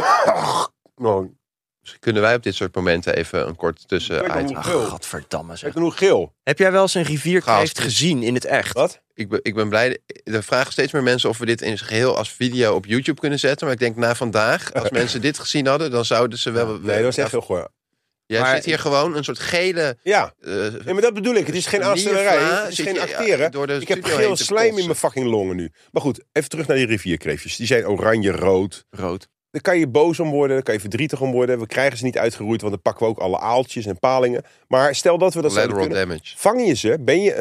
Nou, Misschien kunnen wij op dit soort momenten even een kort tussen Kijk dan item. hoe- Ach, Geel. godverdamme zeg. kijk dan hoe geel. Heb jij wel eens een rivierkreeft Gast. gezien in het echt? Wat? Ik ben blij. Er vragen steeds meer mensen of we dit in zijn geheel als video op YouTube kunnen zetten. Maar ik denk na vandaag, als mensen dit gezien hadden, dan zouden ze wel... Nee, dat was echt heel goor. Jij Maar- zit hier gewoon een soort gele... Ja. Nee, maar dat bedoel ik. Het is geen aanstellerij. Het is zit geen je, acteren. door de Ik heb studio geel heen te slijm in kotsen. mijn fucking longen nu. Maar goed, even terug naar die rivierkreefjes. Die zijn oranje-rood. Rood. Daar kan je boos om worden, daar kan je verdrietig om worden. We krijgen ze niet uitgeroeid, want dan pakken we ook alle aaltjes en palingen. Maar stel dat we dat zouden Lateral kunnen. damage. Vang je ze? Ben je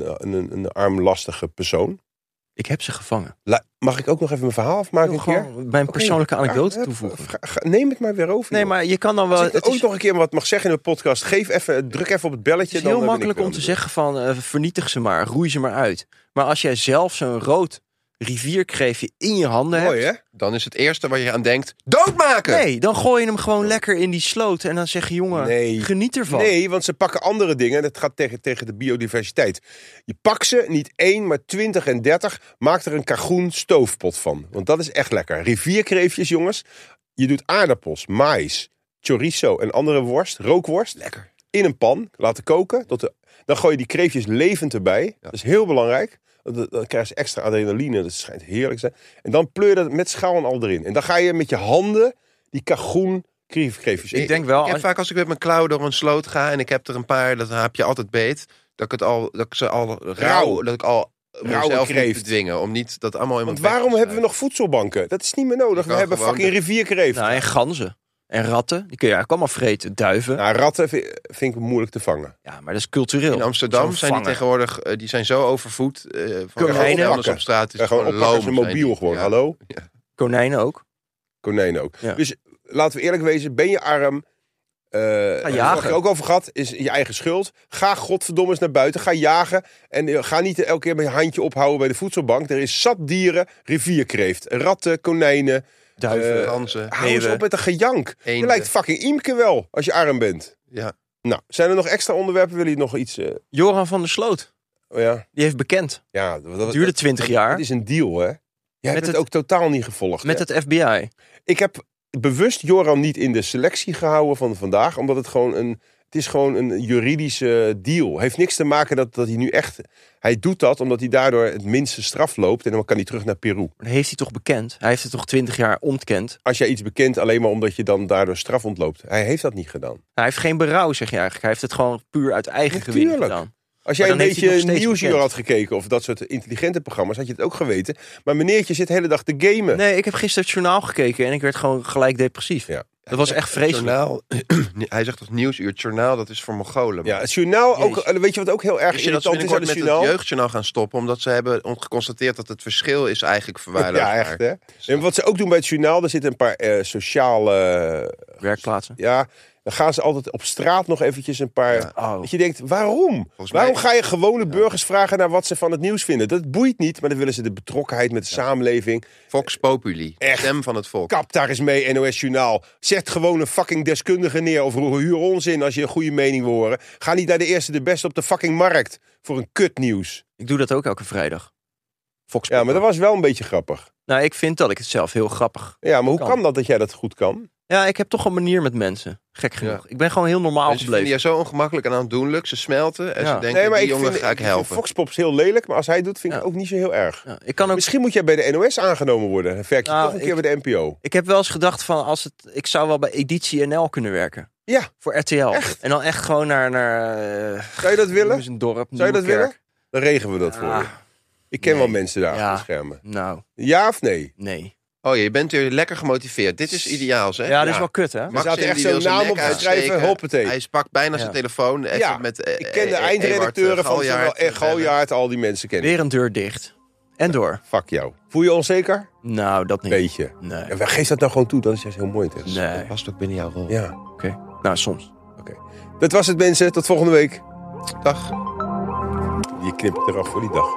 een armlastige persoon? Ik heb ze gevangen. Mag ik ook nog even mijn verhaal afmaken Ik een wil keer? gewoon mijn persoonlijke anekdote Ja, toevoegen. Neem het maar weer over. Nee, joh. maar je kan dan wel... Als ik Het ooit is, nog een keer wat mag zeggen in de podcast, druk even op het belletje. het is heel dan ben ik makkelijk weer om aan te de zeggen van vernietig ze maar, roei ze maar uit. Maar als jij zelf zo'n rood rivierkreefje in je handen beurt. Mooi hebt... hè? Dan is het eerste waar je aan denkt, doodmaken! Nee, dan gooi je hem gewoon lekker in die sloot. En dan zeg je, jongen, Nee. geniet ervan. Nee, want ze pakken andere dingen. Dat gaat tegen de biodiversiteit. Je pakt ze, niet 1, maar 20 en 30. Maak er een kagoen stoofpot van. Want dat is echt lekker. Rivierkreefjes, jongens. Je doet aardappels, maïs, chorizo en andere worst, rookworst. Lekker. In een pan laten koken. Dan gooi je die kreefjes levend erbij. Dat is heel belangrijk. Dan krijg je extra adrenaline. Dat schijnt heerlijk te zijn. En dan pleur je dat met schaal en al erin. En dan ga je met je handen die kagoen kreefjes. Ik denk wel... Ik heb vaak als ik met mijn klauw door een sloot ga en ik heb er een paar, dat heb je altijd beet, dat ik ze al rauw, dat ik al mezelf niet kreeft. bedwingen om niet dat allemaal in mijn Want bek waarom te hebben we snuiven. nog voedselbanken? Dat is niet meer nodig. Je We kan hebben gewoon fucking rivierkreeft. Nou, en ganzen. En ratten. Die kun je eigenlijk allemaal vreten. Duiven. Nou, ratten vind ik moeilijk te vangen. Ja, maar dat is cultureel. In Amsterdam Zo'n zijn die vangen. tegenwoordig, die zijn zo overvoed. Konijnen. Alles op straat is Ja, gewoon oppakken als een loom, mobiel zijn gewoon. die. Hallo? Konijnen ook. Konijnen ook. Ja. Dus laten we eerlijk wezen. Ben je arm? jagen. Daar heb je ook over gehad. Is je eigen schuld. Ga godverdomme eens naar buiten. Ga jagen. En ga niet elke keer met je handje ophouden bij de voedselbank. Er is zat dieren. Rivierkreeft. Ratten, konijnen. Duiven. Ganzen. Hou eens Meeuwen. op met een gejank. Je Eenden. lijkt fucking Imke wel. Als je arm bent. Ja. Nou, zijn er nog extra onderwerpen? Willen jullie nog iets... Joran van der Sloot. Oh ja? Die heeft bekend. Ja, Het duurde 20 jaar. Het is een deal, hè? Jij hebt het het- ook totaal niet gevolgd. Met hè? het FBI. Ik heb bewust Joran niet in de selectie gehouden van vandaag. Omdat het is gewoon een juridische deal. Heeft niks te maken dat hij nu echt... Hij doet dat omdat hij daardoor het minste straf loopt. En dan kan hij terug naar Peru. Dat heeft hij toch bekend? Hij heeft het toch 20 jaar ontkend? Als jij iets bekent alleen maar omdat je dan daardoor straf ontloopt. Hij heeft dat niet gedaan. Hij heeft geen berouw, zeg je eigenlijk. Hij heeft het gewoon puur uit eigen gewin gedaan. Als jij een beetje Nieuwsuur had gekeken of dat soort intelligente programma's, had je het ook geweten. Maar meneertje zit de hele dag te gamen. Nee, ik heb gisteren het journaal gekeken en ik werd gewoon gelijk depressief. Ja. Dat was echt vreselijk. Journaal, hij zegt dat Nieuwsuur, het journaal, dat is voor Mongolen. Ja, het journaal ook. Weet je wat ook heel erg irritant is aan het journaal? Het jeugdjournaal gaan stoppen, omdat ze hebben geconstateerd dat het verschil is eigenlijk verwaarloosbaar. Ja, echt hè. En wat ze ook doen bij het journaal, er zitten een paar sociale werkplaatsen. Ja. Dan gaan ze altijd op straat nog eventjes een paar... Ja. Dat je denkt, waarom? Waarom ga je gewone burgers vragen naar wat ze van het nieuws vinden? Dat boeit niet, maar dan willen ze de betrokkenheid met de samenleving. Vox Populi, stem van het volk. Kap daar eens mee, NOS Journaal. Zet gewoon een fucking deskundige neer of huur ons in als je een goede mening wil horen. Ga niet naar de eerste de beste op de fucking markt voor een kutnieuws. Ik doe dat ook elke vrijdag. Vox Populi. Ja, maar dat was wel een beetje grappig. Nou, ik vind dat ik het zelf heel grappig Ja, maar hoe kan dat jij dat goed kan? Ja, ik heb toch een manier met mensen. Gek genoeg. Ja. Ik ben gewoon heel normaal gebleven. Ze vinden je zo ongemakkelijk en aandoenlijk. Ze smelten en ze denken, die jongen ga ik helpen. Fox Pop is heel lelijk, maar als hij doet, vind ik ook niet zo heel erg. Ja, ik kan ook... Misschien moet jij bij de NOS aangenomen worden. Dan werk je toch een keer bij de NPO. Ik heb wel eens gedacht van, ik zou wel bij Editie NL kunnen werken. Ja. Voor RTL. Echt? En dan echt gewoon naar zou je dat willen? Een dorp, zou je dat willen? Dan regelen we dat voor je. Ik ken wel mensen daar achter de schermen. Nou. Ja of nee? Nee. Oh, je bent weer lekker gemotiveerd. Dit is ideaal, zeg. Ja, dit is wel kut, hè? Er staat echt zo'n naam op geschreven, hoppatee. Hij pakt bijna zijn telefoon. Ik ken de eindredacteuren van Galjaard, al die mensen kennen. Weer een deur dicht. En door. Fuck jou. Voel je onzeker? Nou, dat niet. Beetje. Nee. En geef dat nou gewoon toe, dat is juist heel mooi. Nee. Dat past ook binnen jouw rol. Ja. Oké. Nou, soms. Oké. Dat was het, mensen. Tot volgende week. Dag. Je knipt het eraf voor die dag.